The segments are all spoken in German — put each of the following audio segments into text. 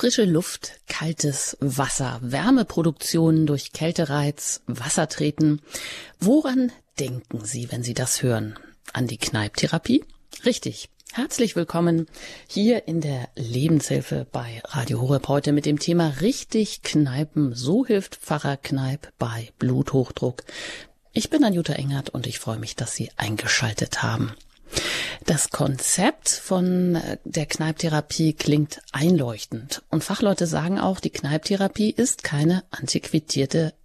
Frische Luft, kaltes Wasser, Wärmeproduktion durch Kältereiz, Wassertreten. Woran denken Sie, wenn Sie das hören? An die Kneipptherapie? Richtig. Herzlich willkommen hier in der Lebenshilfe bei Radio Horeb heute mit dem Thema Richtig Kneipen. So hilft Pfarrer Kneipp bei Bluthochdruck. Ich bin Anjuta Engert und ich freue mich, dass Sie eingeschaltet haben. Das Konzept von der Kneipptherapie klingt einleuchtend. Und Fachleute sagen auch, die Kneipptherapie ist keine antiquierte,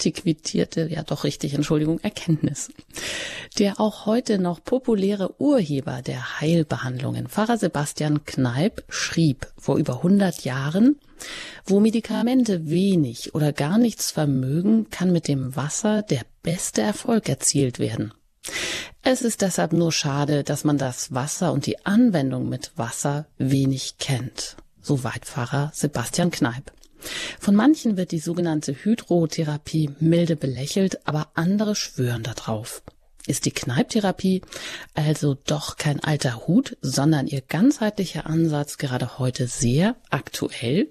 Erkenntnis. Der auch heute noch populäre Urheber der Heilbehandlungen, Pfarrer Sebastian Kneipp, schrieb vor über 100 Jahren, wo Medikamente wenig oder gar nichts vermögen, kann mit dem Wasser der beste Erfolg erzielt werden. Es ist deshalb nur schade, dass man das Wasser und die Anwendung mit Wasser wenig kennt. Soweit Pfarrer Sebastian Kneipp. Von manchen wird die sogenannte Hydrotherapie milde belächelt, aber andere schwören darauf. Ist die Kneipptherapie also doch kein alter Hut, sondern ihr ganzheitlicher Ansatz gerade heute sehr aktuell?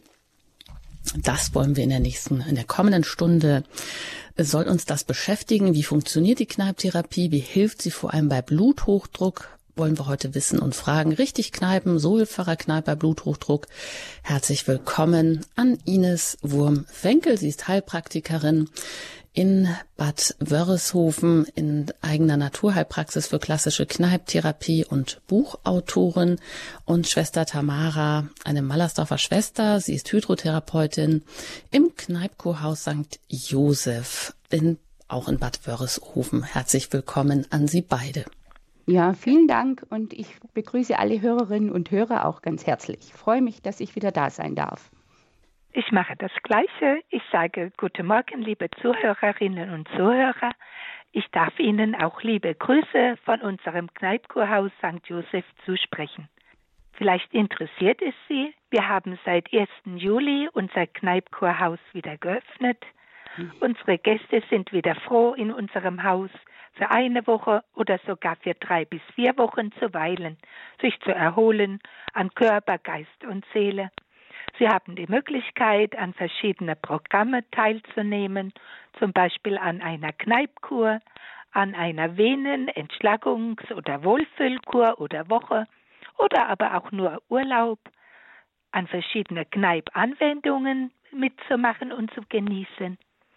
Das wollen wir in der kommenden Stunde soll uns das beschäftigen. Wie funktioniert die Kneipptherapie? Wie hilft sie vor allem bei Bluthochdruck? Wollen wir heute wissen und fragen. Richtig kneipen, so hilft Pfarrer Kneipp bei Bluthochdruck. Herzlich willkommen an Ines Wurm-Wenkel. Sie ist Heilpraktikerin in Bad Wörishofen in eigener Naturheilpraxis für klassische Kneipptherapie und Buchautorin, und Schwester Tamara, eine Mallersdorfer Schwester. Sie ist Hydrotherapeutin im Kneippkurhaus St. Josef, auch in Bad Wörishofen. Herzlich willkommen an Sie beide. Ja, vielen Dank und ich begrüße alle Hörerinnen und Hörer auch ganz herzlich. Ich freue mich, dass ich wieder da sein darf. Ich mache das Gleiche. Ich sage guten Morgen, liebe Zuhörerinnen und Zuhörer. Ich darf Ihnen auch liebe Grüße von unserem Kneippkurhaus St. Josef zusprechen. Vielleicht interessiert es Sie, wir haben seit 1. Juli unser Kneippkurhaus wieder geöffnet. Unsere Gäste sind wieder froh, in unserem Haus für eine Woche oder sogar für 3 bis 4 Wochen zu weilen, sich zu erholen an Körper, Geist und Seele. Sie haben die Möglichkeit, an verschiedene Programme teilzunehmen, zum Beispiel an einer Kneippkur, an einer Venen-, Entschlackungs- oder Wohlfühlkur oder Woche oder aber auch nur Urlaub, an verschiedene Kneipp-Anwendungen mitzumachen und zu genießen.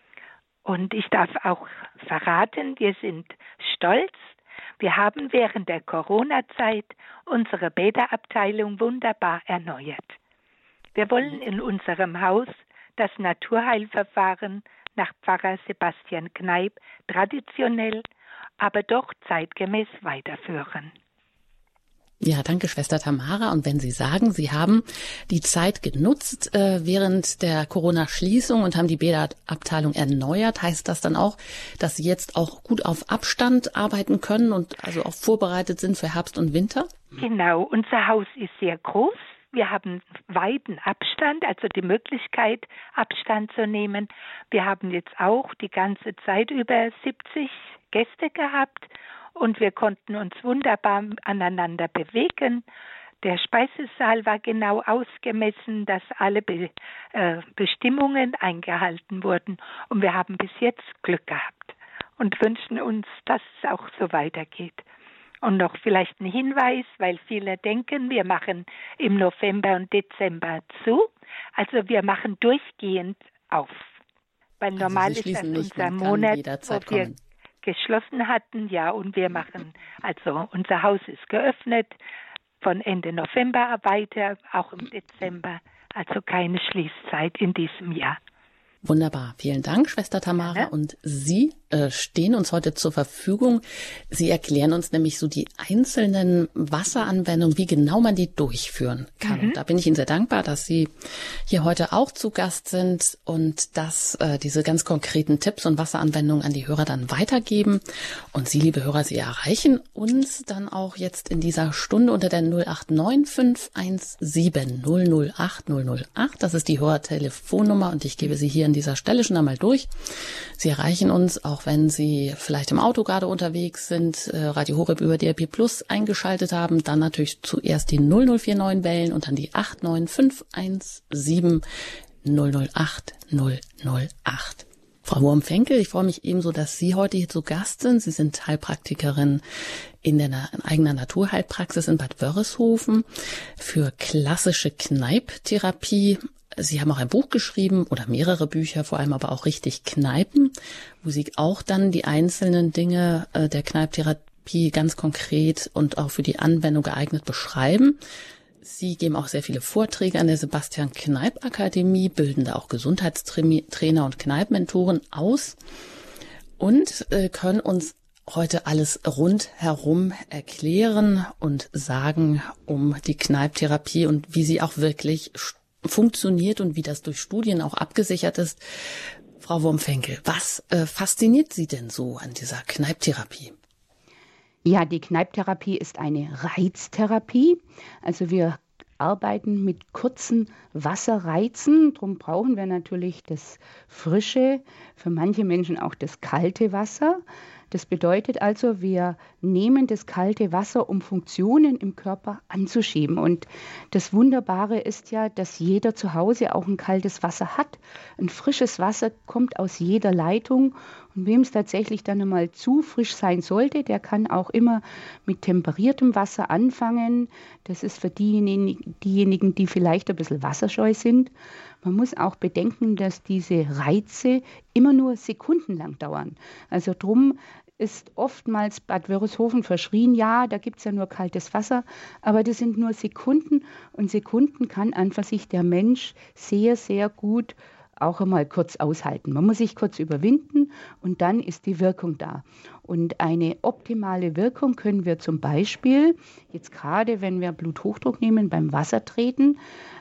Und ich darf auch verraten, wir sind stolz. Wir haben während der Corona-Zeit unsere Bäderabteilung wunderbar erneuert. Wir wollen in unserem Haus das Naturheilverfahren nach Pfarrer Sebastian Kneipp traditionell, aber doch zeitgemäß weiterführen. Ja, danke, Schwester Tamara. Und wenn Sie sagen, Sie haben die Zeit genutzt während der Corona-Schließung und haben die Bäderabteilung erneuert, heißt das dann auch, dass Sie jetzt auch gut auf Abstand arbeiten können und also auch vorbereitet sind für Herbst und Winter? Genau, unser Haus ist sehr groß. Wir haben weiten Abstand, also die Möglichkeit, Abstand zu nehmen. Wir haben jetzt auch die ganze Zeit über 70 Gäste gehabt und wir konnten uns wunderbar aneinander bewegen. Der Speisesaal war genau ausgemessen, dass alle Bestimmungen eingehalten wurden. Und wir haben bis jetzt Glück gehabt und wünschen uns, dass es auch so weitergeht. Und noch vielleicht ein Hinweis, weil viele denken, wir machen im November und Dezember zu. Also wir machen durchgehend auf. Weil normal ist das unser Monat, wo wir geschlossen hatten. Ja, und wir machen, also unser Haus ist geöffnet von Ende November weiter, auch im Dezember. Also keine Schließzeit in diesem Jahr. Wunderbar, vielen Dank, Schwester Tamara. Ja. Und Sie stehen uns heute zur Verfügung. Sie erklären uns nämlich so die einzelnen Wasseranwendungen, wie genau man die durchführen kann. Und da bin ich Ihnen sehr dankbar, dass Sie hier heute auch zu Gast sind und dass diese ganz konkreten Tipps und Wasseranwendungen an die Hörer dann weitergeben. Und Sie, liebe Hörer, Sie erreichen uns dann auch jetzt in dieser Stunde unter der 089 517 008 008. Das ist die Hörertelefonnummer und ich gebe sie hier an dieser Stelle schon einmal durch. Sie erreichen uns auch auch wenn Sie vielleicht im Auto gerade unterwegs sind, Radio Horeb über DRB Plus eingeschaltet haben, dann natürlich zuerst die 0049 wählen und dann die 89517 008 008. Frau Wurm-Fenkel, ich freue mich ebenso, dass Sie heute hier zu Gast sind. Sie sind Heilpraktikerin in eigener Naturheilpraxis in Bad Wörishofen für klassische Kneipptherapie. Sie haben auch ein Buch geschrieben oder mehrere Bücher, vor allem aber auch richtig Kneipen, wo Sie auch dann die einzelnen Dinge der Kneipptherapie ganz konkret und auch für die Anwendung geeignet beschreiben. Sie geben auch sehr viele Vorträge an der Sebastian-Kneipp-Akademie, bilden da auch Gesundheitstrainer und Kneippmentoren aus und können uns heute alles rundherum erklären und sagen um die Kneipptherapie und wie sie auch wirklich funktioniert und wie das durch Studien auch abgesichert ist. Frau Wurm-Fenkel, was fasziniert Sie denn so an dieser Kneipptherapie? Ja, die Kneipptherapie ist eine Reiztherapie. Also wir arbeiten mit kurzen Wasserreizen. Darum brauchen wir natürlich das frische, für manche Menschen auch das kalte Wasser. Das bedeutet also, wir nehmen das kalte Wasser, um Funktionen im Körper anzuschieben. Und das Wunderbare ist ja, dass jeder zu Hause auch ein kaltes Wasser hat. Ein frisches Wasser kommt aus jeder Leitung. Und wem es tatsächlich dann einmal zu frisch sein sollte, der kann auch immer mit temperiertem Wasser anfangen. Das ist für diejenigen, die vielleicht ein bisschen wasserscheu sind. Man muss auch bedenken, dass diese Reize immer nur sekundenlang dauern. Also drum ist oftmals Bad Wörishofen verschrien, ja, da gibt es ja nur kaltes Wasser, aber das sind nur Sekunden und Sekunden kann einfach sich der Mensch sehr, sehr gut auch einmal kurz aushalten. Man muss sich kurz überwinden und dann ist die Wirkung da. Und eine optimale Wirkung können wir zum Beispiel, jetzt gerade wenn wir Bluthochdruck nehmen, beim Wassertreten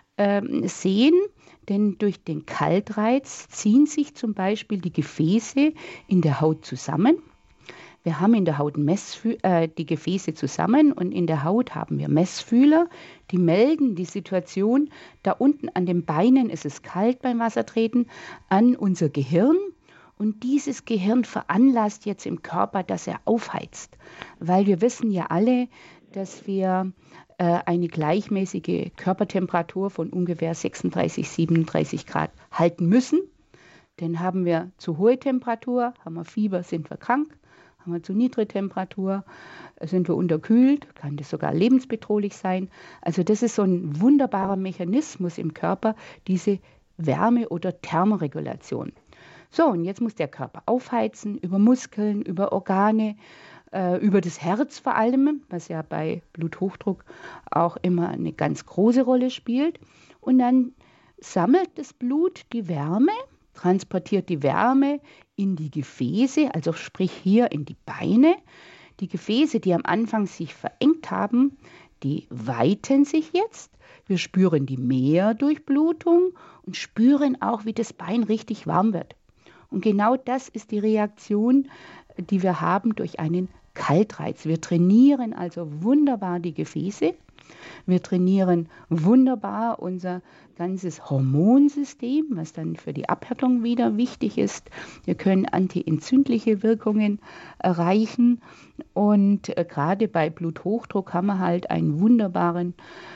sehen, denn durch den Kaltreiz ziehen sich zum Beispiel die Gefäße in der Haut zusammen. Wir haben in der Haut die Gefäße zusammen und in der Haut haben wir Messfühler, die melden die Situation, da unten an den Beinen ist es kalt beim Wassertreten, an unser Gehirn. Und dieses Gehirn veranlasst jetzt im Körper, dass er aufheizt. Weil wir wissen ja alle, dass wir eine gleichmäßige Körpertemperatur von ungefähr 36, 37 Grad halten müssen. Denn haben wir zu hohe Temperatur, haben wir Fieber, sind wir krank. Haben wir zu niedrige Temperatur, sind wir unterkühlt, kann das sogar lebensbedrohlich sein. Also das ist so ein wunderbarer Mechanismus im Körper, diese Wärme- oder Thermoregulation. So, und jetzt muss der Körper aufheizen über Muskeln, über Organe, über das Herz vor allem, was ja bei Bluthochdruck auch immer eine ganz große Rolle spielt. Und dann sammelt das Blut die Wärme, transportiert die Wärme in die Gefäße, also sprich hier in die Beine. Die Gefäße, die am Anfang sich verengt haben, die weiten sich jetzt. Wir spüren die Mehrdurchblutung und spüren auch, wie das Bein richtig warm wird. Und genau das ist die Reaktion, die wir haben durch einen Kaltreiz. Wir trainieren also wunderbar die Gefäße. Wir trainieren wunderbar unser ganzes Hormonsystem, was dann für die Abhärtung wieder wichtig ist. Wir können antientzündliche Wirkungen erreichen und gerade bei Bluthochdruck haben wir halt einen wunderbaren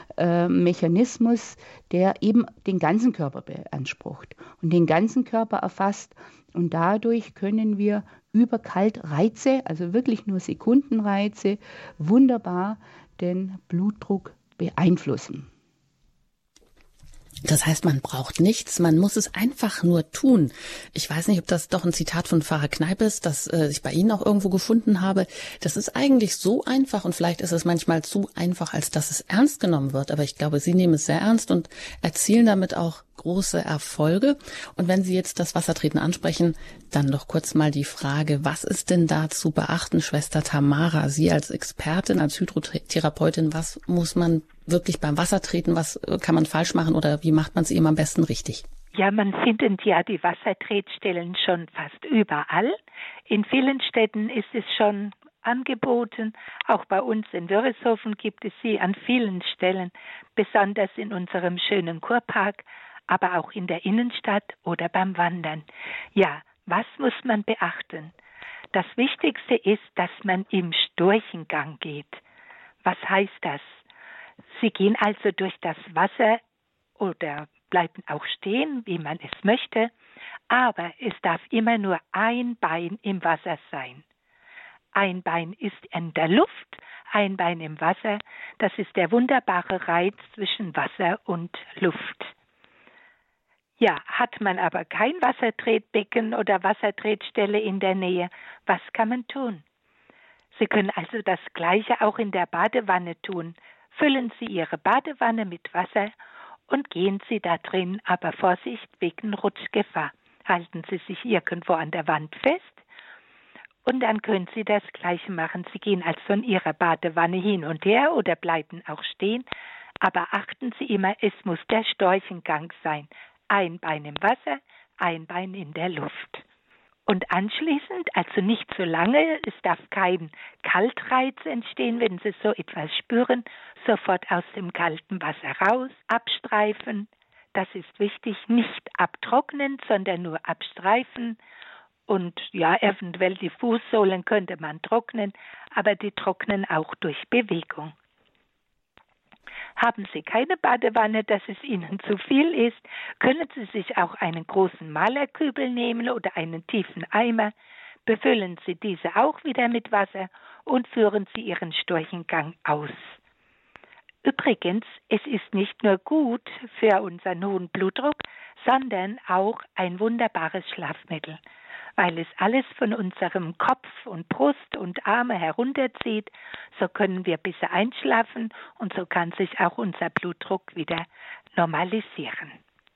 Mechanismus, der eben den ganzen Körper beansprucht und den ganzen Körper erfasst. Und dadurch können wir über Kaltreize, also wirklich nur Sekundenreize, wunderbar den Blutdruck beeinflussen. Das heißt, man braucht nichts, man muss es einfach nur tun. Ich weiß nicht, ob das doch ein Zitat von Pfarrer Kneipp ist, das ich bei Ihnen auch irgendwo gefunden habe. Das ist eigentlich so einfach und vielleicht ist es manchmal zu einfach, als dass es ernst genommen wird. Aber ich glaube, Sie nehmen es sehr ernst und erzielen damit auch große Erfolge. Und wenn Sie jetzt das Wassertreten ansprechen, dann noch kurz mal die Frage, was ist denn da zu beachten, Schwester Tamara? Sie als Expertin, als Hydrotherapeutin, was muss man wirklich beim Wassertreten, was kann man falsch machen oder wie macht man es eben am besten richtig? Ja, man findet ja die Wassertretstellen schon fast überall. In vielen Städten ist es schon angeboten. Auch bei uns in Wörishofen gibt es sie an vielen Stellen, besonders in unserem schönen Kurpark, aber auch in der Innenstadt oder beim Wandern. Ja, was muss man beachten? Das Wichtigste ist, dass man im Storchengang geht. Was heißt das? Sie gehen also durch das Wasser oder bleiben auch stehen, wie man es möchte, aber es darf immer nur ein Bein im Wasser sein. Ein Bein ist in der Luft, ein Bein im Wasser. Das ist der wunderbare Reiz zwischen Wasser und Luft. Ja, hat man aber kein Wassertretbecken oder Wassertretstelle in der Nähe, was kann man tun? Sie können also das Gleiche auch in der Badewanne tun. Füllen Sie Ihre Badewanne mit Wasser und gehen Sie da drin, aber Vorsicht wegen Rutschgefahr. Halten Sie sich irgendwo an der Wand fest und dann können Sie das Gleiche machen. Sie gehen also in Ihrer Badewanne hin und her oder bleiben auch stehen, aber achten Sie immer, es muss der Storchengang sein. Ein Bein im Wasser, ein Bein in der Luft. Und anschließend, also nicht zu lange, es darf kein Kaltreiz entstehen, wenn Sie so etwas spüren, sofort aus dem kalten Wasser raus, abstreifen. Das ist wichtig, nicht abtrocknen, sondern nur abstreifen. Und ja, eventuell die Fußsohlen könnte man trocknen, aber die trocknen auch durch Bewegung. Haben Sie keine Badewanne, dass es Ihnen zu viel ist, können Sie sich auch einen großen Malerkübel nehmen oder einen tiefen Eimer, befüllen Sie diese auch wieder mit Wasser und führen Sie Ihren Storchengang aus. Übrigens, es ist nicht nur gut für unseren hohen Blutdruck, sondern auch ein wunderbares Schlafmittel, weil es alles von unserem Kopf und Brust und Arme herunterzieht. So können wir besser einschlafen und so kann sich auch unser Blutdruck wieder normalisieren.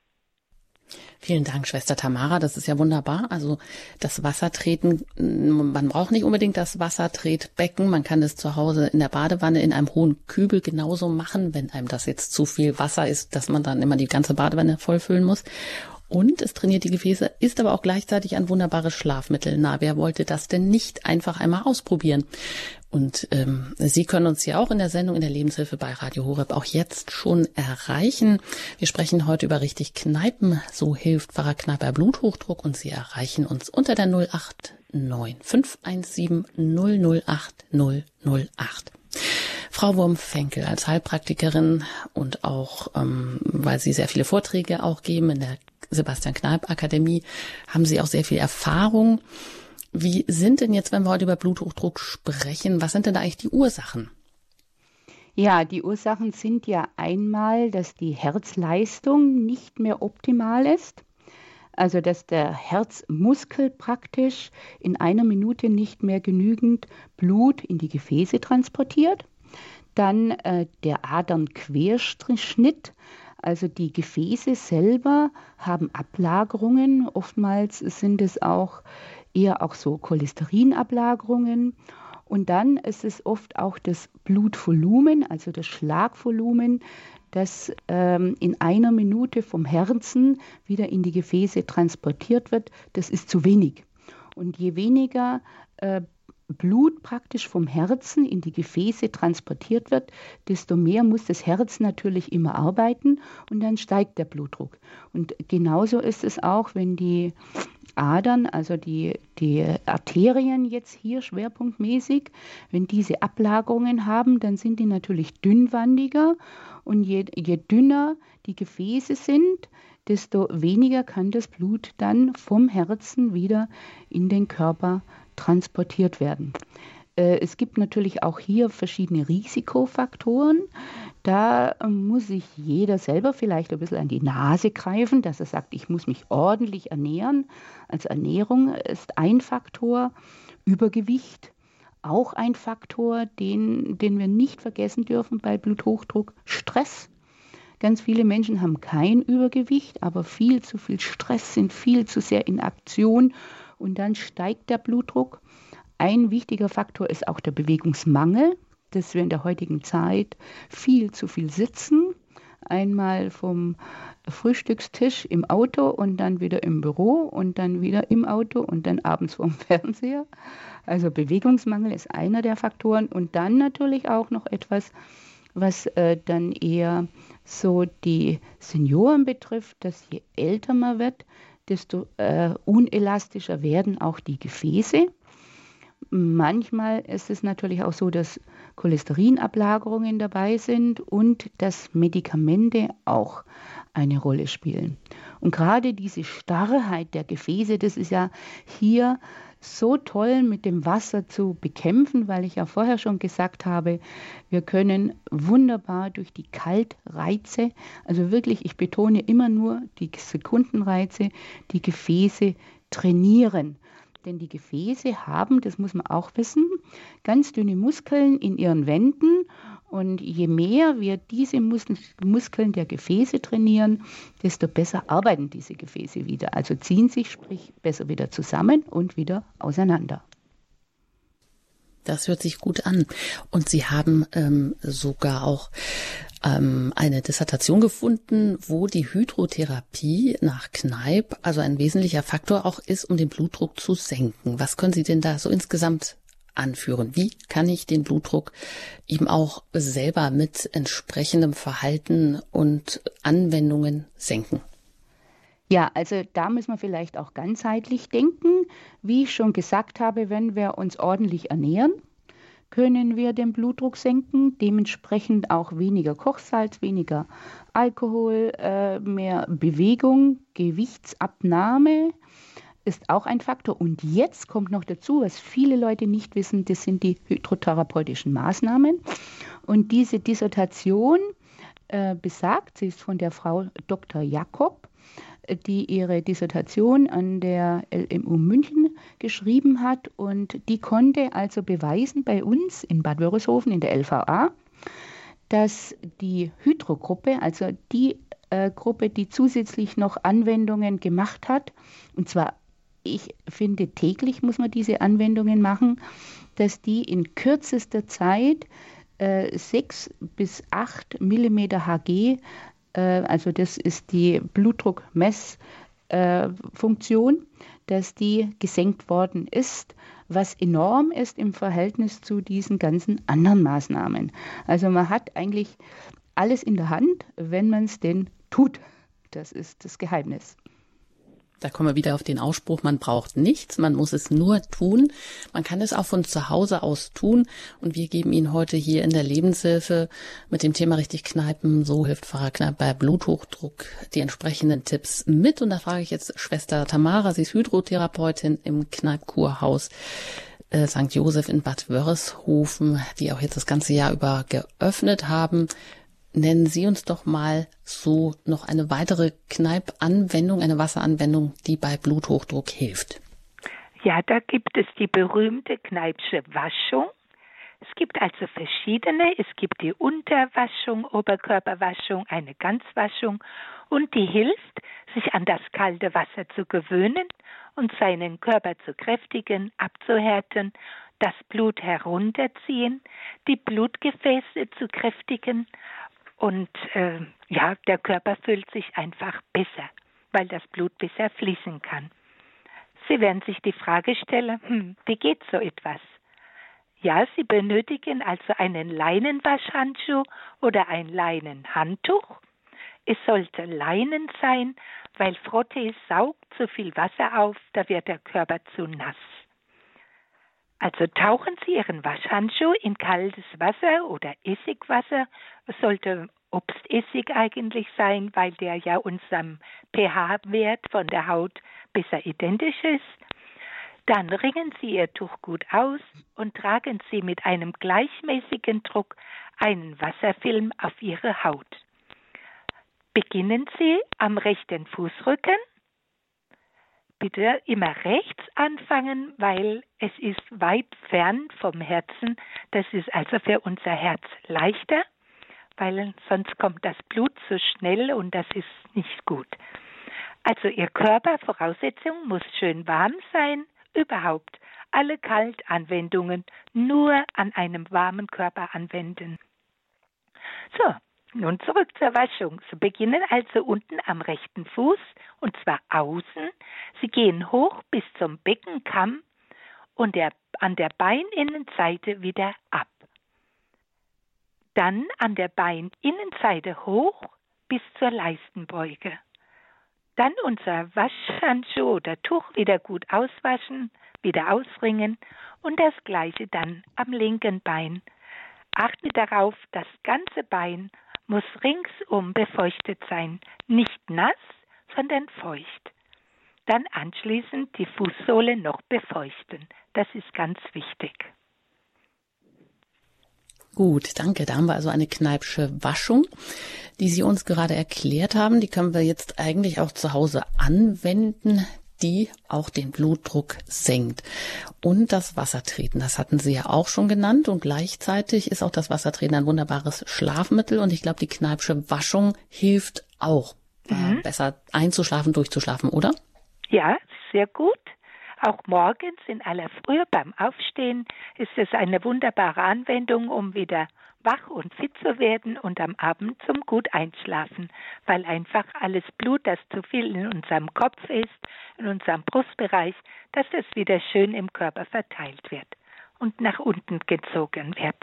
Vielen Dank, Schwester Tamara. Das ist ja wunderbar. Also das Wassertreten, man braucht nicht unbedingt das Wassertretbecken. Man kann es zu Hause in der Badewanne in einem hohen Kübel genauso machen, wenn einem das jetzt zu viel Wasser ist, dass man dann immer die ganze Badewanne vollfüllen muss. Und es trainiert die Gefäße, ist aber auch gleichzeitig ein wunderbares Schlafmittel. Na, wer wollte das denn nicht einfach einmal ausprobieren? Und Sie können uns ja auch in der Sendung in der Lebenshilfe bei Radio Horeb auch jetzt schon erreichen. Wir sprechen heute über richtig Kneipen. So hilft Pfarrer Kneipp bei Bluthochdruck und Sie erreichen uns unter der 089 517 008 008. Frau Wurm-Fenkel als Heilpraktikerin und auch, weil Sie sehr viele Vorträge auch geben in der Sebastian Kneipp Akademie, haben Sie auch sehr viel Erfahrung. Wie sind denn jetzt, wenn wir heute über Bluthochdruck sprechen, was sind denn da eigentlich die Ursachen? Ja, die Ursachen sind ja einmal, dass die Herzleistung nicht mehr optimal ist. Also dass der Herzmuskel praktisch in einer Minute nicht mehr genügend Blut in die Gefäße transportiert. Dann der Adernquerschnitt, also die Gefäße selber haben Ablagerungen. Oftmals sind es auch eher auch so Cholesterinablagerungen. Und dann ist es oft auch das Blutvolumen, also das Schlagvolumen, das in einer Minute vom Herzen wieder in die Gefäße transportiert wird. Das ist zu wenig. Und je weniger Blut praktisch vom Herzen in die Gefäße transportiert wird, desto mehr muss das Herz natürlich immer arbeiten und dann steigt der Blutdruck. Und genauso ist es auch, wenn die Adern, also die Arterien jetzt hier schwerpunktmäßig, wenn diese Ablagerungen haben, dann sind die natürlich dünnwandiger und je dünner die Gefäße sind, desto weniger kann das Blut dann vom Herzen wieder in den Körper transportiert werden. Es gibt natürlich auch hier verschiedene Risikofaktoren. Da muss sich jeder selber vielleicht ein bisschen an die Nase greifen, dass er sagt, ich muss mich ordentlich ernähren. Also Ernährung ist ein Faktor, Übergewicht auch ein Faktor, den wir nicht vergessen dürfen bei Bluthochdruck, Stress. Ganz viele Menschen haben kein Übergewicht, aber viel zu viel Stress, sind viel zu sehr in Aktion und dann steigt der Blutdruck. Ein wichtiger Faktor ist auch der Bewegungsmangel, dass wir in der heutigen Zeit viel zu viel sitzen. Einmal vom Frühstückstisch im Auto und dann wieder im Büro und dann wieder im Auto und dann abends vorm Fernseher. Also Bewegungsmangel ist einer der Faktoren und dann natürlich auch noch etwas, was dann eher so die Senioren betrifft, dass je älter man wird, desto unelastischer werden auch die Gefäße. Manchmal ist es natürlich auch so, dass Cholesterinablagerungen dabei sind und dass Medikamente auch eine Rolle spielen. Und gerade diese Starrheit der Gefäße, das ist ja hier so toll mit dem Wasser zu bekämpfen, weil ich ja vorher schon gesagt habe, wir können wunderbar durch die Kaltreize, also wirklich, ich betone immer nur die Sekundenreize, die Gefäße trainieren. Denn die Gefäße haben, das muss man auch wissen, ganz dünne Muskeln in ihren Wänden. Und je mehr wir diese Muskeln der Gefäße trainieren, desto besser arbeiten diese Gefäße wieder. Also ziehen sich, sprich, besser wieder zusammen und wieder auseinander. Das hört sich gut an. Und Sie haben sogar auch eine Dissertation gefunden, wo die Hydrotherapie nach Kneipp also ein wesentlicher Faktor auch ist, um den Blutdruck zu senken. Was können Sie denn da so insgesamt anführen? Wie kann ich den Blutdruck eben auch selber mit entsprechendem Verhalten und Anwendungen senken? Ja, also da müssen wir vielleicht auch ganzheitlich denken. Wie ich schon gesagt habe, wenn wir uns ordentlich ernähren, können wir den Blutdruck senken, dementsprechend auch weniger Kochsalz, weniger Alkohol, mehr Bewegung, Gewichtsabnahme ist auch ein Faktor. Und jetzt kommt noch dazu, was viele Leute nicht wissen, das sind die hydrotherapeutischen Maßnahmen. Und diese Dissertation besagt, sie ist von der Frau Dr. Jakob, die ihre Dissertation an der LMU München geschrieben hat und die konnte also beweisen bei uns in Bad Wörishofen in der LVA, dass die Hydrogruppe, also die Gruppe, die zusätzlich noch Anwendungen gemacht hat, und zwar, ich finde, täglich muss man diese Anwendungen machen, dass die in kürzester Zeit 6 bis 8 Millimeter Hg, also das ist die Blutdruckmessfunktion, dass die gesenkt worden ist, was enorm ist im Verhältnis zu diesen ganzen anderen Maßnahmen. Also man hat eigentlich alles in der Hand, wenn man es denn tut. Das ist das Geheimnis. Da kommen wir wieder auf den Ausspruch, man braucht nichts, man muss es nur tun. Man kann es auch von zu Hause aus tun. Und wir geben Ihnen heute hier in der Lebenshilfe mit dem Thema richtig kneipen, so hilft Pfarrer Kneipp bei Bluthochdruck, die entsprechenden Tipps mit. Und da frage ich jetzt Schwester Tamara, sie ist Hydrotherapeutin im Kneipp-Kurhaus St. Joseph in Bad Wörishofen, die auch jetzt das ganze Jahr über geöffnet haben. Nennen Sie uns doch mal so noch eine weitere Kneipp-Anwendung, eine Wasseranwendung, die bei Bluthochdruck hilft. Ja, da gibt es die berühmte Kneippsche Waschung. Es gibt also verschiedene. Es gibt die Unterwaschung, Oberkörperwaschung, eine Ganzwaschung und die hilft, sich an das kalte Wasser zu gewöhnen und seinen Körper zu kräftigen, abzuhärten, das Blut herunterziehen, die Blutgefäße zu kräftigen. Und der Körper fühlt sich einfach besser, weil das Blut besser fließen kann. Sie werden sich die Frage stellen, wie geht so etwas? Ja, Sie benötigen also einen Leinenwaschhandschuh oder ein Leinenhandtuch. Es sollte Leinen sein, weil Frottee saugt zu viel Wasser auf, da wird der Körper zu nass. Also tauchen Sie Ihren Waschhandschuh in kaltes Wasser oder Essigwasser. Es sollte Obstessig eigentlich sein, weil der ja unserem pH-Wert von der Haut besser identisch ist. Dann ringen Sie Ihr Tuch gut aus und tragen Sie mit einem gleichmäßigen Druck einen Wasserfilm auf Ihre Haut. Beginnen Sie am rechten Fußrücken. Bitte immer rechts anfangen, weil es ist weit fern vom Herzen. Das ist also für unser Herz leichter, weil sonst kommt das Blut zu schnell und das ist nicht gut. Also Ihr Körper, Voraussetzung, muss schön warm sein. Überhaupt alle Kaltanwendungen nur an einem warmen Körper anwenden. So. Nun zurück zur Waschung. Sie beginnen also unten am rechten Fuß, und zwar außen. Sie gehen hoch bis zum Beckenkamm und an der Beininnenseite wieder ab. Dann an der Beininnenseite hoch bis zur Leistenbeuge. Dann unser Waschhandschuh oder Tuch wieder gut auswaschen, wieder auswringen und das Gleiche dann am linken Bein. Achte darauf, das ganze Bein muss ringsum befeuchtet sein, nicht nass, sondern feucht. Dann anschließend die Fußsohle noch befeuchten. Das ist ganz wichtig. Gut, danke. Da haben wir also eine Kneippsche Waschung, die Sie uns gerade erklärt haben. Die können wir jetzt eigentlich auch zu Hause anwenden, die auch den Blutdruck senkt. Und das Wassertreten, das hatten Sie ja auch schon genannt. Und gleichzeitig ist auch das Wassertreten ein wunderbares Schlafmittel. Und ich glaube, die Kneippsche Waschung hilft auch, besser einzuschlafen, durchzuschlafen, oder? Ja, sehr gut. Auch morgens in aller Frühe beim Aufstehen ist es eine wunderbare Anwendung, um wieder wach und fit zu werden und am Abend zum gut Einschlafen, weil einfach alles Blut, das zu viel in unserem Kopf ist, in unserem Brustbereich, dass das wieder schön im Körper verteilt wird und nach unten gezogen wird.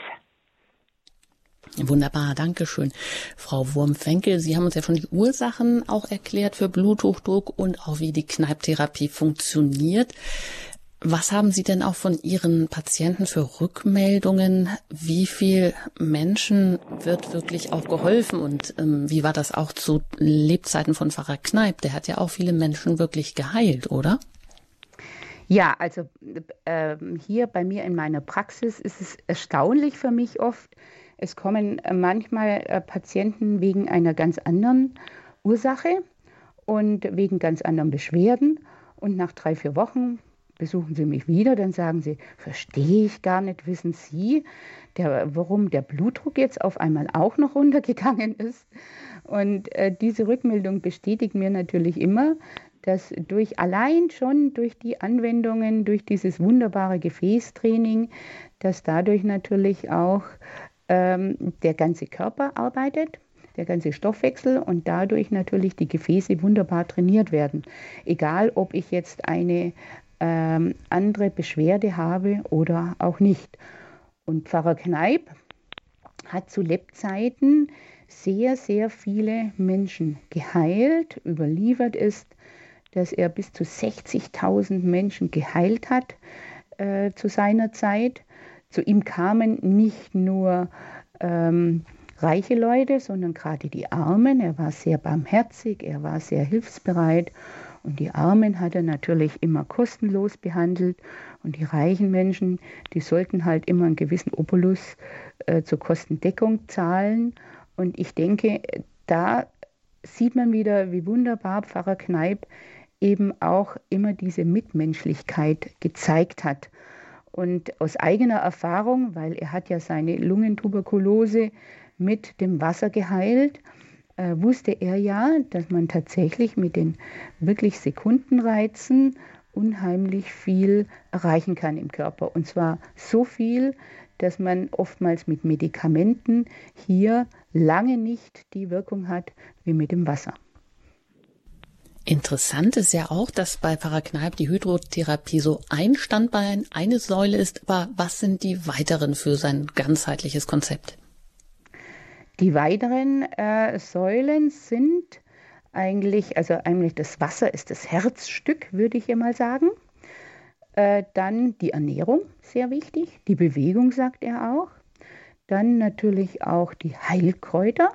Wunderbar, danke schön. Frau Wurm-Fenkel, Sie haben uns ja schon die Ursachen auch erklärt für Bluthochdruck und auch wie die Kneipptherapie funktioniert. Was haben Sie denn auch von Ihren Patienten für Rückmeldungen? Wie viel Menschen wird wirklich auch geholfen? Und wie war das auch zu Lebzeiten von Pfarrer Kneipp? Der hat ja auch viele Menschen wirklich geheilt, oder? Ja, also hier bei mir in meiner Praxis ist es erstaunlich für mich oft. Es kommen manchmal Patienten wegen einer ganz anderen Ursache und wegen ganz anderen Beschwerden. Und nach 3-4 Wochen besuchen sie mich wieder, dann sagen sie, verstehe ich gar nicht, wissen Sie, warum der Blutdruck jetzt auf einmal auch noch runtergegangen ist. Und diese Rückmeldung bestätigt mir natürlich immer, dass allein schon durch die Anwendungen, durch dieses wunderbare Gefäßtraining, dass dadurch natürlich auch der ganze Körper arbeitet, der ganze Stoffwechsel und dadurch natürlich die Gefäße wunderbar trainiert werden. Egal, ob ich jetzt eine andere Beschwerde habe oder auch nicht. Und Pfarrer Kneipp hat zu Lebzeiten sehr, sehr viele Menschen geheilt. Überliefert ist, dass er bis zu 60.000 Menschen geheilt hat zu seiner Zeit. Zu ihm kamen nicht nur reiche Leute, sondern gerade die Armen. Er war sehr barmherzig, er war sehr hilfsbereit. Und die Armen hat er natürlich immer kostenlos behandelt. Und die reichen Menschen, die sollten halt immer einen gewissen Obolus zur Kostendeckung zahlen. Und ich denke, da sieht man wieder, wie wunderbar Pfarrer Kneipp eben auch immer diese Mitmenschlichkeit gezeigt hat. Und aus eigener Erfahrung, weil er hat ja seine Lungentuberkulose mit dem Wasser geheilt, wusste er ja, dass man tatsächlich mit den wirklich Sekundenreizen unheimlich viel erreichen kann im Körper. Und zwar so viel, dass man oftmals mit Medikamenten hier lange nicht die Wirkung hat wie mit dem Wasser. Interessant ist ja auch, dass bei Pfarrer Kneipp die Hydrotherapie so ein Standbein, eine Säule ist. Aber was sind die weiteren für sein ganzheitliches Konzept? Die weiteren Säulen sind eigentlich das Wasser ist das Herzstück, würde ich mal sagen. Dann die Ernährung, sehr wichtig. Die Bewegung, sagt er auch. Dann natürlich auch die Heilkräuter.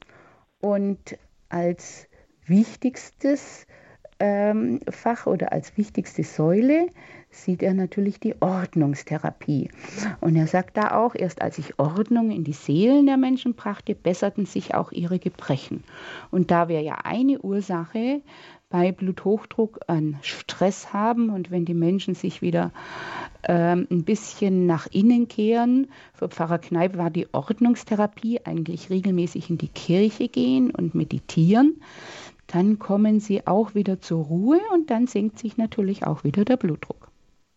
Und als wichtigstes Fach oder als wichtigste Säule sieht er natürlich die Ordnungstherapie. Und er sagt da auch, erst als ich Ordnung in die Seelen der Menschen brachte, besserten sich auch ihre Gebrechen. Und da wir ja eine Ursache bei Bluthochdruck an Stress haben und wenn die Menschen sich wieder ein bisschen nach innen kehren, für Pfarrer Kneipp war die Ordnungstherapie eigentlich regelmäßig in die Kirche gehen und meditieren. Dann kommen sie auch wieder zur Ruhe und dann senkt sich natürlich auch wieder der Blutdruck.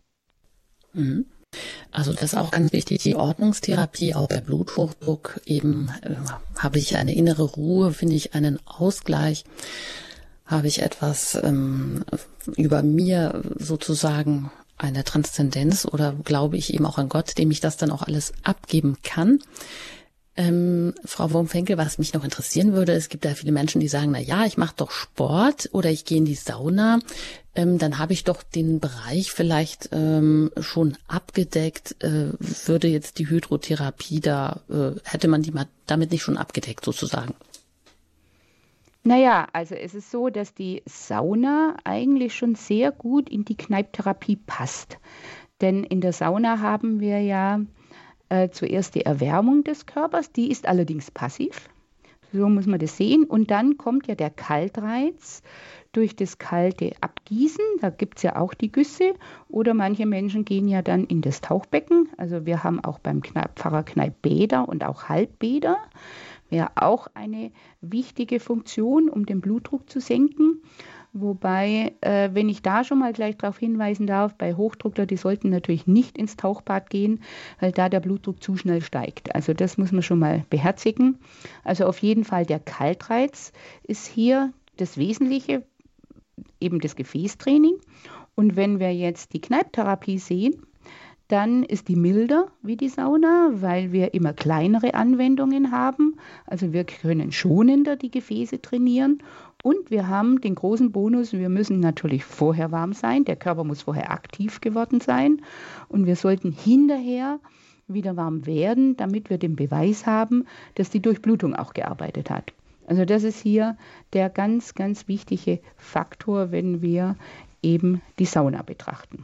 Also das ist auch ganz wichtig, die Ordnungstherapie, auch bei Bluthochdruck. Eben habe ich eine innere Ruhe, finde ich einen Ausgleich, habe ich etwas über mir sozusagen eine Transzendenz oder glaube ich eben auch an Gott, dem ich das dann auch alles abgeben kann. Frau Wurmfenkel, was mich noch interessieren würde, es gibt da viele Menschen, die sagen, na ja, ich mache doch Sport oder ich gehe in die Sauna, dann habe ich doch den Bereich vielleicht schon abgedeckt. Würde jetzt die Hydrotherapie hätte man die damit nicht schon abgedeckt sozusagen? Naja, also es ist so, dass die Sauna eigentlich schon sehr gut in die Kneipptherapie passt. Denn in der Sauna haben wir ja zuerst die Erwärmung des Körpers, die ist allerdings passiv. So muss man das sehen. Und dann kommt ja der Kaltreiz durch das kalte Abgießen. Da gibt es ja auch die Güsse. Oder manche Menschen gehen ja dann in das Tauchbecken. Also wir haben auch beim Pfarrer Kneipp Bäder und auch Halbbäder. Wäre auch eine wichtige Funktion, um den Blutdruck zu senken. Wobei, wenn ich da schon mal gleich darauf hinweisen darf, bei Hochdruckler, die sollten natürlich nicht ins Tauchbad gehen, weil da der Blutdruck zu schnell steigt. Also das muss man schon mal beherzigen. Also auf jeden Fall der Kaltreiz ist hier das Wesentliche, eben das Gefäßtraining. Und wenn wir jetzt die Kneipptherapie sehen, dann ist die milder wie die Sauna, weil wir immer kleinere Anwendungen haben. Also wir können schonender die Gefäße trainieren. Und wir haben den großen Bonus, wir müssen natürlich vorher warm sein. Der Körper muss vorher aktiv geworden sein. Und wir sollten hinterher wieder warm werden, damit wir den Beweis haben, dass die Durchblutung auch gearbeitet hat. Also das ist hier der ganz, ganz wichtige Faktor, wenn wir eben die Sauna betrachten.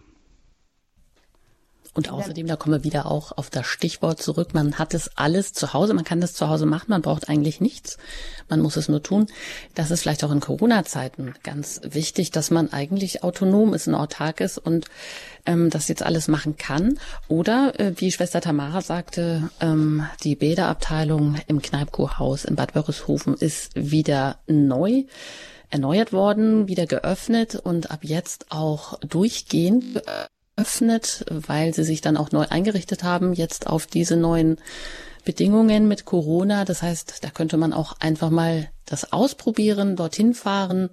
Und außerdem, da kommen wir wieder auch auf das Stichwort zurück, man hat es alles zu Hause, man kann das zu Hause machen, man braucht eigentlich nichts, man muss es nur tun. Das ist vielleicht auch in Corona-Zeiten ganz wichtig, dass man eigentlich autonom ist und autark ist und das jetzt alles machen kann. Oder, wie Schwester Tamara sagte, die Bäderabteilung im Kneipp-Kurhaus in Bad Wörishofen ist wieder erneuert worden, wieder geöffnet und ab jetzt auch durchgehend öffnet, weil sie sich dann auch neu eingerichtet haben, jetzt auf diese neuen Bedingungen mit Corona. Das heißt, da könnte man auch einfach mal das ausprobieren, dorthin fahren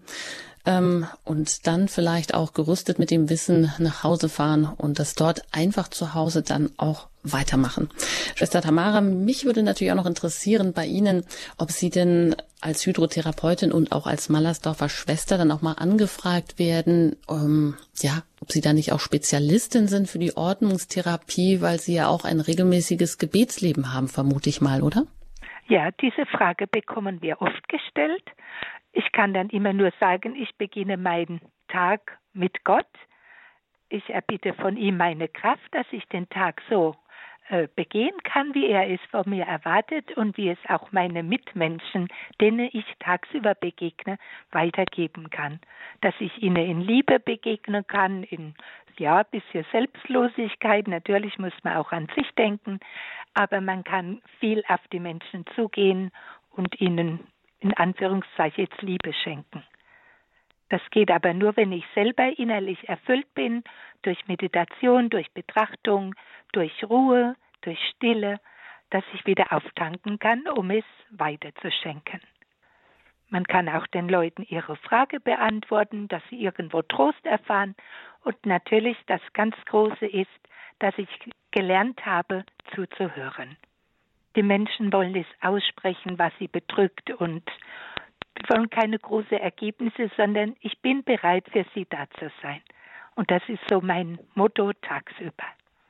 und dann vielleicht auch gerüstet mit dem Wissen nach Hause fahren und das dort einfach zu Hause dann auch weitermachen. Schwester Tamara, mich würde natürlich auch noch interessieren bei Ihnen, ob Sie denn als Hydrotherapeutin und auch als Mallersdorfer Schwester dann auch mal angefragt werden, ob Sie da nicht auch Spezialistin sind für die Ordnungstherapie, weil Sie ja auch ein regelmäßiges Gebetsleben haben, vermute ich mal, oder? Ja, diese Frage bekommen wir oft gestellt. Ich kann dann immer nur sagen, ich beginne meinen Tag mit Gott. Ich erbitte von ihm meine Kraft, dass ich den Tag so begehen kann, wie er es von mir erwartet und wie es auch meine Mitmenschen, denen ich tagsüber begegne, weitergeben kann. Dass ich ihnen in Liebe begegnen kann, in ein bisschen Selbstlosigkeit. Natürlich muss man auch an sich denken, aber man kann viel auf die Menschen zugehen und ihnen in Anführungszeichen jetzt Liebe schenken. Das geht aber nur, wenn ich selber innerlich erfüllt bin, durch Meditation, durch Betrachtung, durch Ruhe, durch Stille, dass ich wieder auftanken kann, um es weiterzuschenken. Man kann auch den Leuten ihre Frage beantworten, dass sie irgendwo Trost erfahren. Und natürlich das ganz Große ist, dass ich gelernt habe, zuzuhören. Die Menschen wollen es aussprechen, was sie bedrückt und wollen keine großen Ergebnisse, sondern ich bin bereit, für sie da zu sein. Und das ist so mein Motto tagsüber.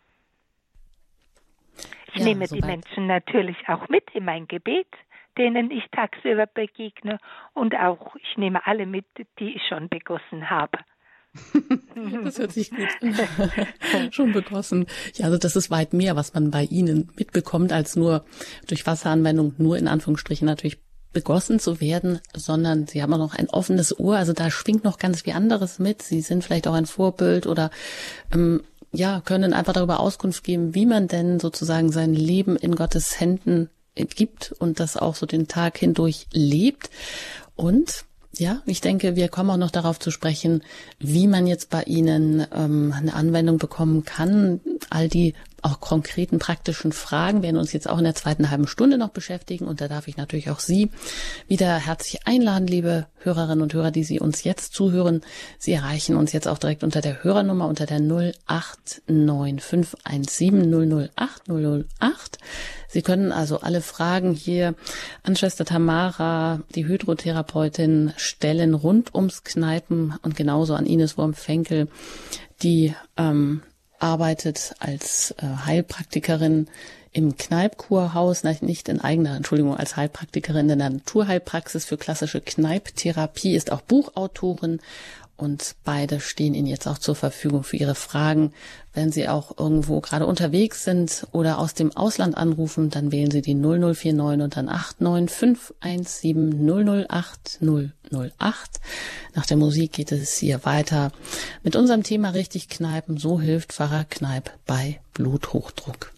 Ich nehme die Menschen natürlich auch mit in mein Gebet, denen ich tagsüber begegne. Und auch, ich nehme alle mit, die ich schon begossen habe. Das hört sich gut an. Schon begossen. Ja, also das ist weit mehr, was man bei Ihnen mitbekommt, als nur durch Wasseranwendung, nur in Anführungsstrichen natürlich begossen zu werden, sondern Sie haben auch noch ein offenes Ohr, also da schwingt noch ganz viel anderes mit. Sie sind vielleicht auch ein Vorbild oder können einfach darüber Auskunft geben, wie man denn sozusagen sein Leben in Gottes Händen gibt und das auch so den Tag hindurch lebt. Und ja, ich denke, wir kommen auch noch darauf zu sprechen, wie man jetzt bei Ihnen eine Anwendung bekommen kann. All die auch konkreten praktischen Fragen werden uns jetzt auch in der zweiten halben Stunde noch beschäftigen. Und da darf ich natürlich auch Sie wieder herzlich einladen, liebe Hörerinnen und Hörer, die Sie uns jetzt zuhören. Sie erreichen uns jetzt auch direkt unter der Hörernummer unter der 089517008 008. Sie können also alle Fragen hier an Schwester Tamara, die Hydrotherapeutin, stellen rund ums Kneipen und genauso an Ines Wurm-Fenkel, die arbeitet als Heilpraktikerin im Kneippkurhaus, nicht in eigener, als Heilpraktikerin in der Naturheilpraxis für klassische Kneipptherapie, ist auch Buchautorin und beide stehen Ihnen jetzt auch zur Verfügung für Ihre Fragen. Wenn Sie auch irgendwo gerade unterwegs sind oder aus dem Ausland anrufen, dann wählen Sie die 0049 und dann 89517 008 008. Nach der Musik geht es hier weiter mit unserem Thema richtig Kneipen. So hilft Pfarrer Kneip bei Bluthochdruck.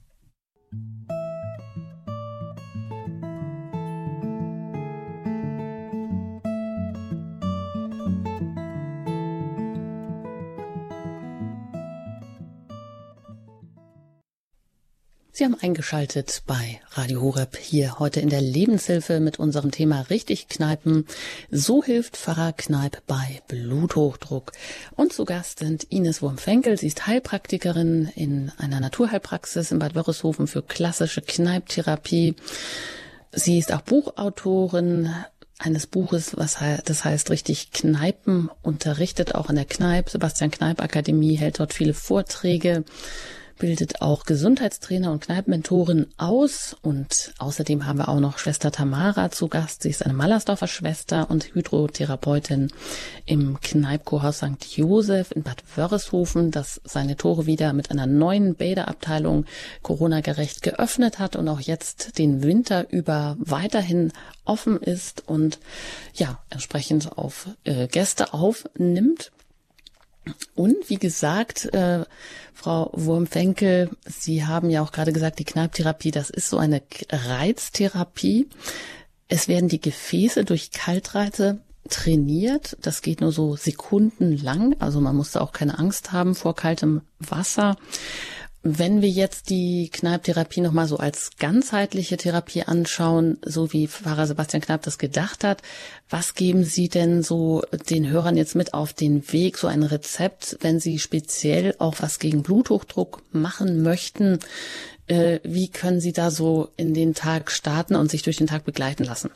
Sie haben eingeschaltet bei Radio Horeb hier heute in der Lebenshilfe mit unserem Thema richtig Kneipen. So hilft Pfarrer Kneip bei Bluthochdruck. Und zu Gast sind Ines Wurm-Fenkel. Sie ist Heilpraktikerin in einer Naturheilpraxis in Bad Wörishofen für klassische Kneipptherapie. Sie ist auch Buchautorin eines Buches, das heißt richtig Kneipen, unterrichtet auch an der Kneip, Sebastian Kneip Akademie, hält dort viele Vorträge, bildet auch Gesundheitstrainer und Kneippmentoren aus. Und außerdem haben wir auch noch Schwester Tamara zu Gast. Sie ist eine Mallersdorfer Schwester und Hydrotherapeutin im Kneippkurhaus St. Joseph in Bad Wörishofen, das seine Tore wieder mit einer neuen Bäderabteilung Corona-gerecht geöffnet hat und auch jetzt den Winter über weiterhin offen ist und ja, entsprechend auf Gäste aufnimmt. Und wie gesagt, Frau Wurm-Fenkel, Sie haben ja auch gerade gesagt, die Kneipptherapie, das ist so eine Reiztherapie. Es werden die Gefäße durch Kaltreize trainiert. Das geht nur so sekundenlang. Also man muss da auch keine Angst haben vor kaltem Wasser. Wenn wir jetzt die Kneipptherapie nochmal so als ganzheitliche Therapie anschauen, so wie Pfarrer Sebastian Kneip das gedacht hat, was geben Sie denn so den Hörern jetzt mit auf den Weg, so ein Rezept, wenn Sie speziell auch was gegen Bluthochdruck machen möchten? Wie können Sie da so in den Tag starten und sich durch den Tag begleiten lassen?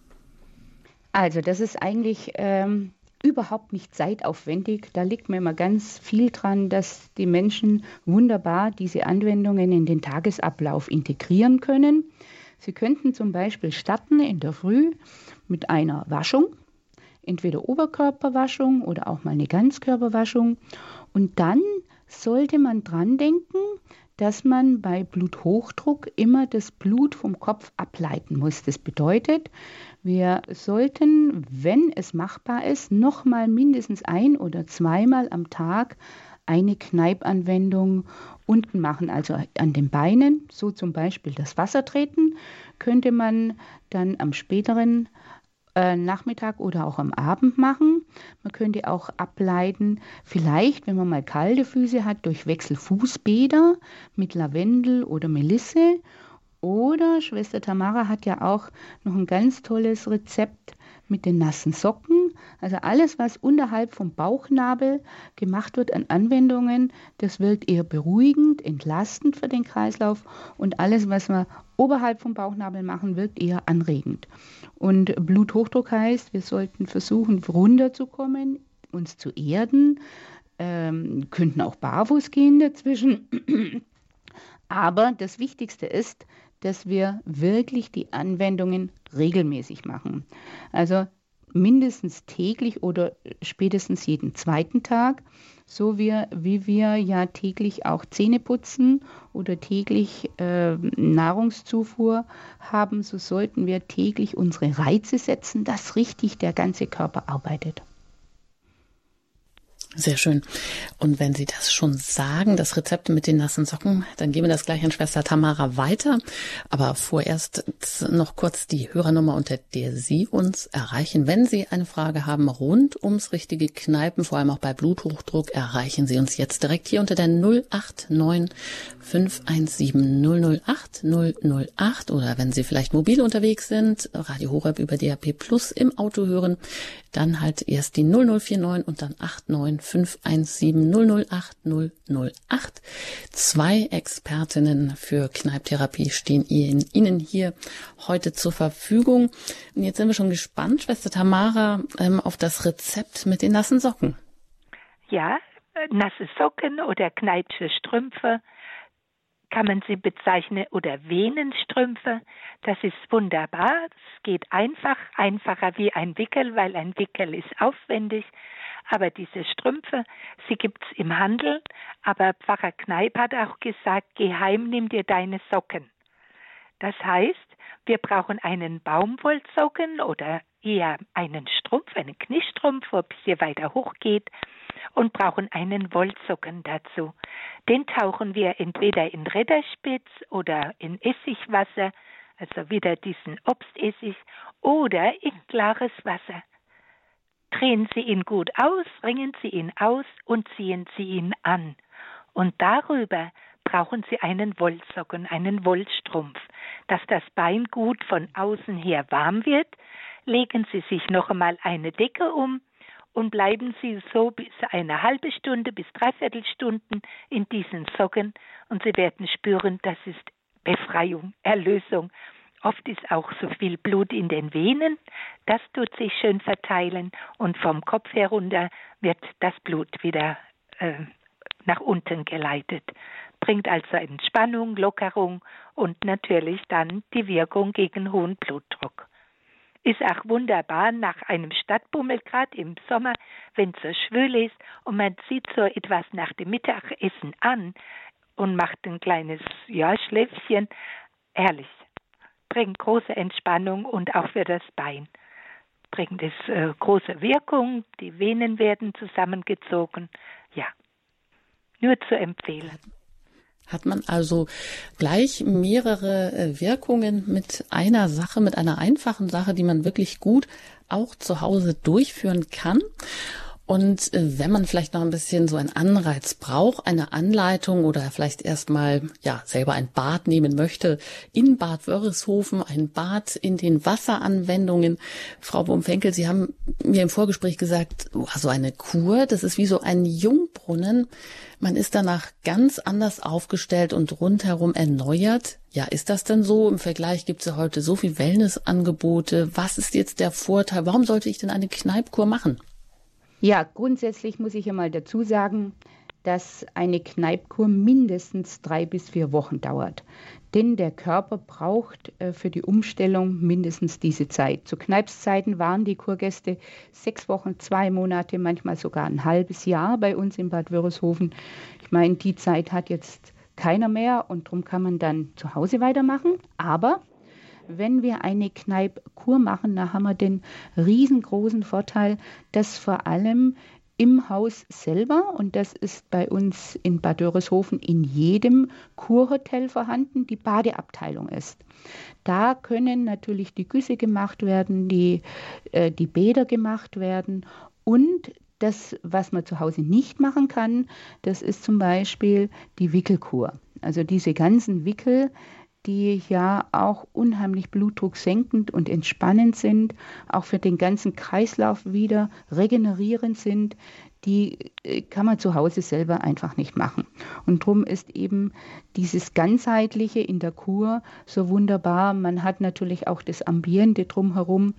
Also das ist eigentlich überhaupt nicht zeitaufwendig. Da liegt mir immer ganz viel dran, dass die Menschen wunderbar diese Anwendungen in den Tagesablauf integrieren können. Sie könnten zum Beispiel starten in der Früh mit einer Waschung, entweder Oberkörperwaschung oder auch mal eine Ganzkörperwaschung. Und dann sollte man dran denken, dass man bei Bluthochdruck immer das Blut vom Kopf ableiten muss. Das bedeutet, wir sollten, wenn es machbar ist, nochmal mindestens 1- oder 2-mal am Tag eine Kneippanwendung unten machen, also an den Beinen, so zum Beispiel das Wassertreten, könnte man dann am späteren Nachmittag oder auch am Abend machen. Man könnte auch ableiten, vielleicht, wenn man mal kalte Füße hat, durch Wechselfußbäder mit Lavendel oder Melisse. Oder Schwester Tamara hat ja auch noch ein ganz tolles Rezept mit den nassen Socken. Also alles, was unterhalb vom Bauchnabel gemacht wird an Anwendungen, das wirkt eher beruhigend, entlastend für den Kreislauf. Und alles, was wir oberhalb vom Bauchnabel machen, wirkt eher anregend. Und Bluthochdruck heißt, wir sollten versuchen, runterzukommen, uns zu erden, könnten auch barfuß gehen dazwischen. Aber das Wichtigste ist, dass wir wirklich die Anwendungen regelmäßig machen. Also mindestens täglich oder spätestens jeden zweiten Tag, so wie wir ja täglich auch Zähne putzen oder täglich Nahrungszufuhr haben, so sollten wir täglich unsere Reize setzen, dass richtig der ganze Körper arbeitet. Sehr schön. Und wenn Sie das schon sagen, das Rezept mit den nassen Socken, dann geben wir das gleich an Schwester Tamara weiter. Aber vorerst noch kurz die Hörernummer, unter der Sie uns erreichen. Wenn Sie eine Frage haben rund ums richtige Kneipen, vor allem auch bei Bluthochdruck, erreichen Sie uns jetzt direkt hier unter der 089 517 008 008. Oder wenn Sie vielleicht mobil unterwegs sind, Radio Horeb über DAB Plus im Auto hören, dann halt erst die 0049 und dann 89 517 008 008. 2 Expertinnen für Kneipptherapie stehen Ihnen hier heute zur Verfügung. Und jetzt sind wir schon gespannt, Schwester Tamara, auf das Rezept mit den nassen Socken. Ja, nasse Socken oder Kneippsche Strümpfe kann man sie bezeichnen, oder Venenstrümpfe. Das ist wunderbar. Es geht einfacher wie ein Wickel, weil ein Wickel ist aufwendig. Aber diese Strümpfe, sie gibt's im Handel. Aber Pfarrer Kneip hat auch gesagt, geh heim, nimm dir deine Socken. Das heißt, wir brauchen einen Baumwollsocken oder eher einen Strumpf, einen Kniestrumpf, wo ein bisschen weiter hoch geht, und brauchen einen Wollsocken dazu. Den tauchen wir entweder in Räderspitz oder in Essigwasser, also wieder diesen Obstessig, oder in klares Wasser. Drehen Sie ihn gut aus, wringen Sie ihn aus und ziehen Sie ihn an. Und darüber brauchen Sie einen Wollsocken, einen Wollstrumpf. Dass das Bein gut von außen her warm wird, legen Sie sich noch einmal eine Decke um und bleiben Sie so bis eine halbe Stunde bis 3/4 Stunden in diesen Socken, und Sie werden spüren, das ist Befreiung, Erlösung. Oft ist auch so viel Blut in den Venen, das tut sich schön verteilen, und vom Kopf herunter wird das Blut wieder nach unten geleitet. Bringt also Entspannung, Lockerung und natürlich dann die Wirkung gegen hohen Blutdruck. Ist auch wunderbar nach einem Stadtbummel, gerade im Sommer, wenn es so schwül ist und man zieht so etwas nach dem Mittagessen an und macht ein kleines Schläfchen. Herrlich. Bringt große Entspannung und auch für das Bein. Bringt es große Wirkung, die Venen werden zusammengezogen. Ja, nur zu empfehlen. Hat man also gleich mehrere Wirkungen mit einer Sache, mit einer einfachen Sache, die man wirklich gut auch zu Hause durchführen kann. Und wenn man vielleicht noch ein bisschen so einen Anreiz braucht, eine Anleitung oder vielleicht erstmal selber ein Bad nehmen möchte, in Bad Wörishofen, ein Bad in den Wasseranwendungen. Frau Bumfenkel, Sie haben mir im Vorgespräch gesagt, so eine Kur, das ist wie so ein Jungbrunnen. Man ist danach ganz anders aufgestellt und rundherum erneuert. Ja, ist das denn so? Im Vergleich gibt es ja heute so viel Wellnessangebote. Was ist jetzt der Vorteil? Warum sollte ich denn eine Kneippkur machen? Ja, grundsätzlich muss ich einmal dazu sagen, dass eine Kneippkur mindestens 3 bis 4 Wochen dauert. Denn der Körper braucht für die Umstellung mindestens diese Zeit. Zu Kneipszeiten waren die Kurgäste 6 Wochen, 2 Monate, manchmal sogar ein halbes Jahr bei uns in Bad Wörishofen. Ich meine, die Zeit hat jetzt keiner mehr und darum kann man dann zu Hause weitermachen. Aber wenn wir eine Kneippkur machen, da haben wir den riesengroßen Vorteil, dass vor allem im Haus selber, und das ist bei uns in Bad Wörishofen in jedem Kurhotel vorhanden, die Badeabteilung ist. Da können natürlich die Güsse gemacht werden, die Bäder gemacht werden, und das, was man zu Hause nicht machen kann, das ist zum Beispiel die Wickelkur. Also diese ganzen Wickel, die ja auch unheimlich blutdrucksenkend und entspannend sind, auch für den ganzen Kreislauf wieder regenerierend sind, die kann man zu Hause selber einfach nicht machen. Und darum ist eben dieses Ganzheitliche in der Kur so wunderbar. Man hat natürlich auch das Ambiente drumherum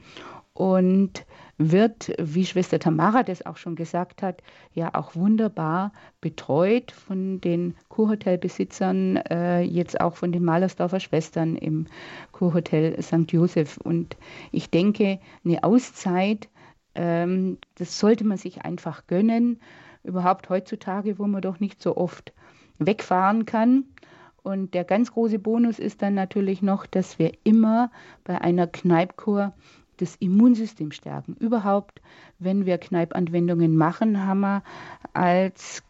und wird, wie Schwester Tamara das auch schon gesagt hat, ja auch wunderbar betreut von den Kurhotelbesitzern, jetzt auch von den Malersdorfer Schwestern im Kurhotel St. Joseph. Und ich denke, eine Auszeit, das sollte man sich einfach gönnen, überhaupt heutzutage, wo man doch nicht so oft wegfahren kann. Und der ganz große Bonus ist dann natürlich noch, dass wir immer bei einer Kneippkur das Immunsystem stärken. Überhaupt, wenn wir Kneipp-Anwendungen machen, haben wir als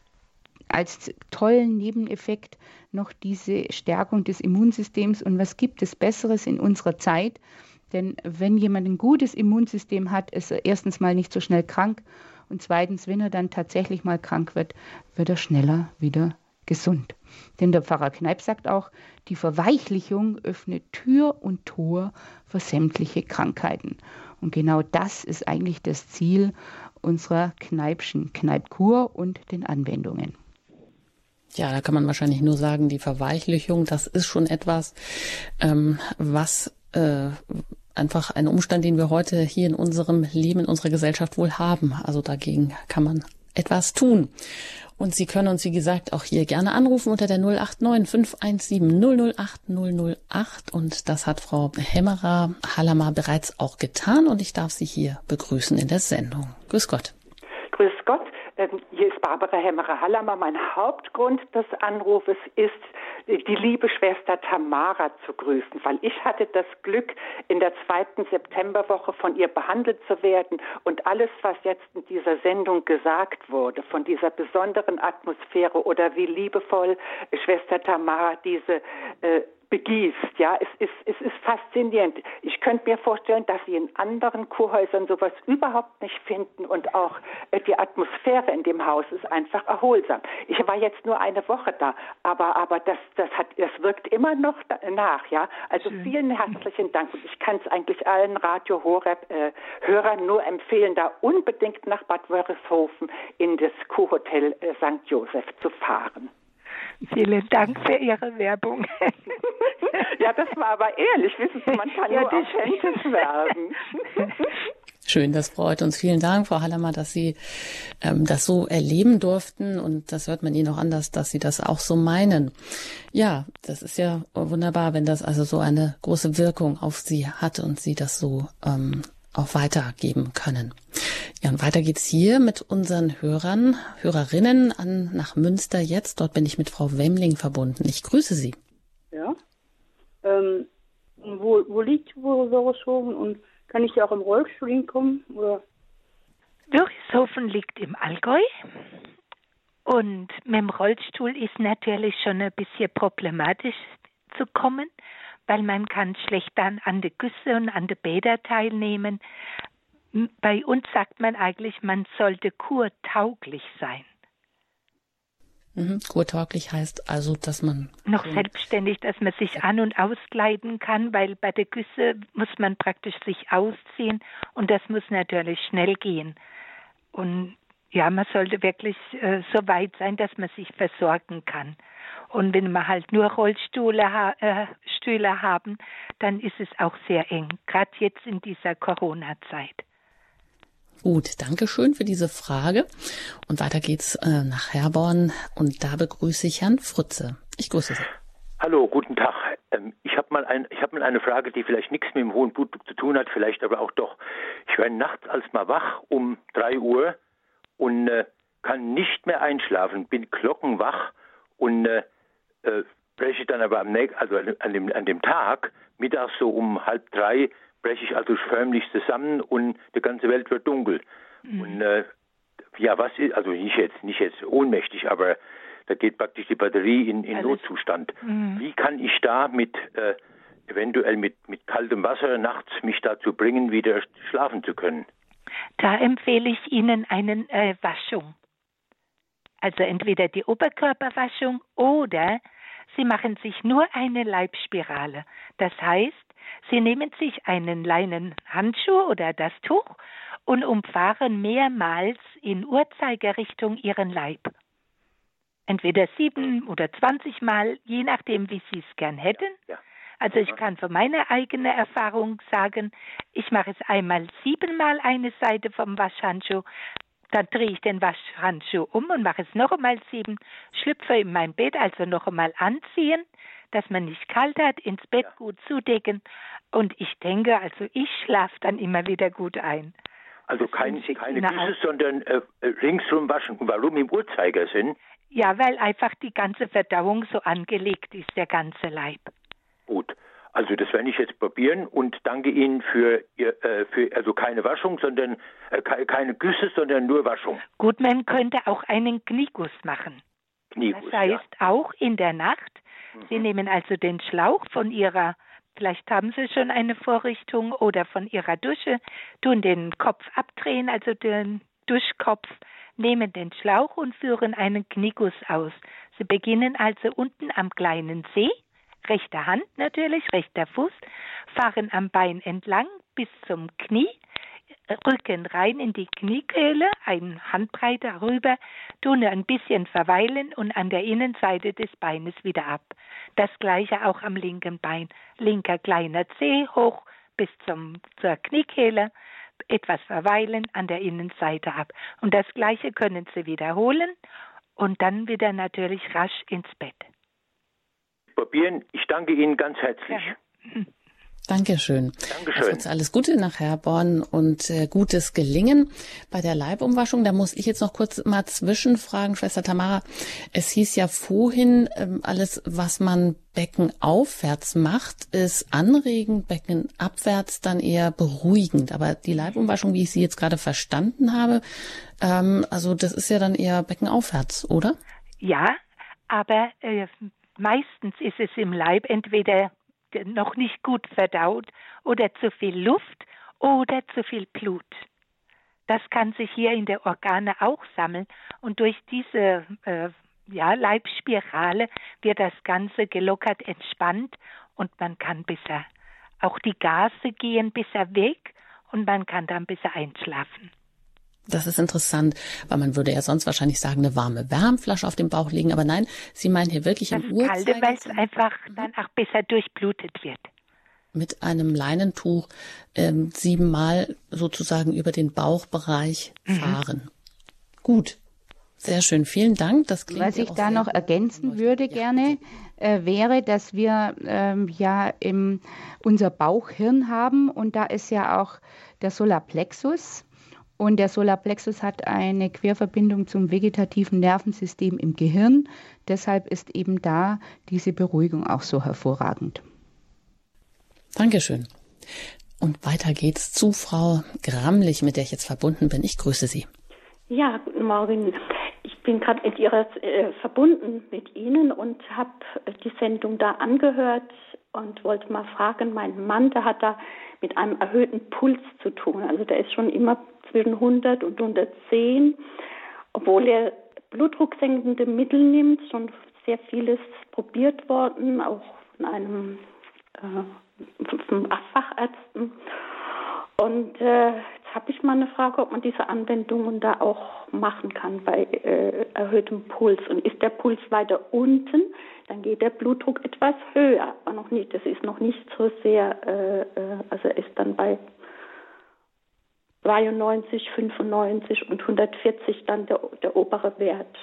tollen Nebeneffekt noch diese Stärkung des Immunsystems. Und was gibt es Besseres in unserer Zeit? Denn wenn jemand ein gutes Immunsystem hat, ist er erstens mal nicht so schnell krank und zweitens, wenn er dann tatsächlich mal krank wird, wird er schneller wieder gesund. Denn der Pfarrer Kneipp sagt auch, die Verweichlichung öffnet Tür und Tor für sämtliche Krankheiten. Und genau das ist eigentlich das Ziel unserer Kneippschen Kneippkur und den Anwendungen. Ja, da kann man wahrscheinlich nur sagen, die Verweichlichung, das ist schon etwas, was einfach ein Umstand, den wir heute hier in unserem Leben, in unserer Gesellschaft wohl haben. Also dagegen kann man etwas tun. Und Sie können uns, wie gesagt, auch hier gerne anrufen unter der 089 517 008 008. Und das hat Frau Hemmerer-Hallamer bereits auch getan. Und ich darf Sie hier begrüßen in der Sendung. Grüß Gott. Grüß Gott. Hier ist Barbara Hemmerer-Hallamer. Mein Hauptgrund des Anrufes ist, die liebe Schwester Tamara zu grüßen, weil ich hatte das Glück, in der 2. Septemberwoche von ihr behandelt zu werden und alles, was jetzt in dieser Sendung gesagt wurde, von dieser besonderen Atmosphäre oder wie liebevoll Schwester Tamara diese begießt, ja, es ist faszinierend. Ich könnte mir vorstellen, dass Sie in anderen Kurhäusern sowas überhaupt nicht finden und auch die Atmosphäre in dem Haus ist einfach erholsam. Ich war jetzt nur eine Woche da, aber das wirkt immer noch nach, ja. Also vielen herzlichen Dank und ich kann es eigentlich allen Radio Horeb Hörern nur empfehlen, da unbedingt nach Bad Wörishofen in das Kurhotel St. Joseph zu fahren. Vielen Dank für Ihre Werbung. Ja, das war aber ehrlich. Wissen Sie, man kann nur authentisch werden. Schön, das freut uns. Vielen Dank, Frau Hallamer, dass Sie das so erleben durften. Und das hört man Ihnen auch an, dass Sie das auch so meinen. Ja, das ist ja wunderbar, wenn das also so eine große Wirkung auf Sie hat und Sie das so auch weitergeben können. Ja, und weiter geht's hier mit unseren Hörerinnen nach Münster jetzt. Dort bin ich mit Frau Wemmling verbunden. Ich grüße Sie. Ja. Wo liegt Wörishofen und kann ich ja auch im Rollstuhl hinkommen? Oder? Wörishofen liegt im Allgäu und mit dem Rollstuhl ist natürlich schon ein bisschen problematisch zu kommen, weil man kann schlecht dann an der Güsse und an den Bäder teilnehmen. Bei uns sagt man eigentlich, man sollte kurtauglich sein. Kurtauglich heißt also, dass man noch selbstständig, dass man sich an- und auskleiden kann, weil bei der Güsse muss man praktisch sich ausziehen und das muss natürlich schnell gehen. Und ja, man sollte wirklich so weit sein, dass man sich versorgen kann. Und wenn wir halt nur Rollstühle haben, dann ist es auch sehr eng, gerade jetzt in dieser Corona-Zeit. Gut, danke schön für diese Frage. Und weiter geht's nach Herborn und da begrüße ich Herrn Frutze. Ich grüße Sie. Hallo, guten Tag. Ich habe mal eine Frage, die vielleicht nichts mit dem hohen Blutdruck zu tun hat, vielleicht aber auch doch. Ich werde nachts mal wach um 3 Uhr und kann nicht mehr einschlafen, bin glockenwach und breche dann aber an dem Tag, mittags so um 2:30, breche ich also förmlich zusammen und die ganze Welt wird dunkel. Und was ist, also nicht jetzt ohnmächtig, aber da geht praktisch die Batterie in Notzustand. Wie kann ich da eventuell mit kaltem Wasser nachts mich dazu bringen, wieder schlafen zu können? Da empfehle ich Ihnen eine Waschung. Also entweder die Oberkörperwaschung oder Sie machen sich nur eine Leibspirale. Das heißt, Sie nehmen sich einen Leinenhandschuh oder das Tuch und umfahren mehrmals in Uhrzeigerrichtung Ihren Leib. Entweder 7 oder 20 Mal, je nachdem, wie Sie es gern hätten. Ja. Also ich kann von meiner eigenen Erfahrung sagen, ich mache es einmal 7-mal eine Seite vom Waschhandschuh, dann drehe ich den Waschhandschuh um und mache es noch einmal 7, schlüpfe in mein Bett, also noch einmal anziehen, dass man nicht kalt hat, ins Bett gut zudecken und ich denke, also ich schlafe dann immer wieder gut ein. Also keine Güsse, sondern ringsrum waschen. Und warum im Uhrzeigersinn? Ja, weil einfach die ganze Verdauung so angelegt ist, der ganze Leib. Gut, Also das werde ich jetzt probieren und danke Ihnen für also keine Waschung, sondern keine Güsse, sondern nur Waschung. Gut, man könnte auch einen Knieguss machen. Knieguss, das heißt auch in der Nacht. Sie nehmen also den Schlauch von Ihrer, vielleicht haben Sie schon eine Vorrichtung, oder von Ihrer Dusche, tun den Kopf abdrehen, also den Duschkopf, nehmen den Schlauch und führen einen Knieguss aus. Sie beginnen also unten am kleinen Zeh, rechter Hand natürlich, rechter Fuß, fahren am Bein entlang bis zum Knie, Rücken rein in die Kniekehle, eine Handbreite rüber, tun ein bisschen verweilen und an der Innenseite des Beines wieder ab. Das gleiche auch am linken Bein. Linker kleiner Zeh hoch bis zur Kniekehle, etwas verweilen, an der Innenseite ab. Und das gleiche können Sie wiederholen und dann wieder natürlich rasch ins Bett. Probieren. Ich danke Ihnen ganz herzlich. Ja. Dankeschön. Dankeschön. Also alles Gute nach Herborn und gutes Gelingen bei der Leibumwaschung. Da muss ich jetzt noch kurz mal zwischenfragen, Schwester Tamara. Es hieß ja vorhin, alles, was man beckenaufwärts macht, ist anregend, beckenabwärts dann eher beruhigend. Aber die Leibumwaschung, wie ich sie jetzt gerade verstanden habe, also das ist ja dann eher beckenaufwärts, oder? Ja, aber meistens ist es im Leib entweder noch nicht gut verdaut oder zu viel Luft oder zu viel Blut. Das kann sich hier in der Organe auch sammeln und durch diese Leibspirale wird das Ganze gelockert, entspannt und man kann besser, auch die Gase gehen besser weg und man kann dann besser einschlafen. Das ist interessant, weil man würde ja sonst wahrscheinlich sagen, eine warme Wärmflasche auf den Bauch legen, aber nein, Sie meinen hier wirklich im Uhrzeigersinn. Kalte, weil es einfach dann auch besser durchblutet wird. Mit einem Leinentuch 7-mal sozusagen über den Bauchbereich fahren. Gut, sehr schön, vielen Dank. Das klingt Was ich da noch ergänzen würde gerne, wäre, dass wir unser Bauchhirn haben und da ist ja auch der Solarplexus. Und der Solarplexus hat eine Querverbindung zum vegetativen Nervensystem im Gehirn. Deshalb ist eben da diese Beruhigung auch so hervorragend. Dankeschön. Und weiter geht's zu Frau Gramlich, mit der ich jetzt verbunden bin. Ich grüße Sie. Ja, guten Morgen. Ich bin gerade mit Ihrer verbunden mit Ihnen und habe die Sendung da angehört und wollte mal fragen, mein Mann, der hat da mit einem erhöhten Puls zu tun. Also der ist schon immer zwischen 100 und 110, obwohl er blutdrucksenkende Mittel nimmt, schon sehr vieles probiert worden, auch von Fachärzten. Und jetzt habe ich mal eine Frage, ob man diese Anwendungen da auch machen kann bei erhöhtem Puls. Und ist der Puls weiter unten, dann geht der Blutdruck etwas höher, aber noch nicht. Das ist noch nicht so sehr, also er ist dann bei 92, 95 und 140 dann der obere Wert.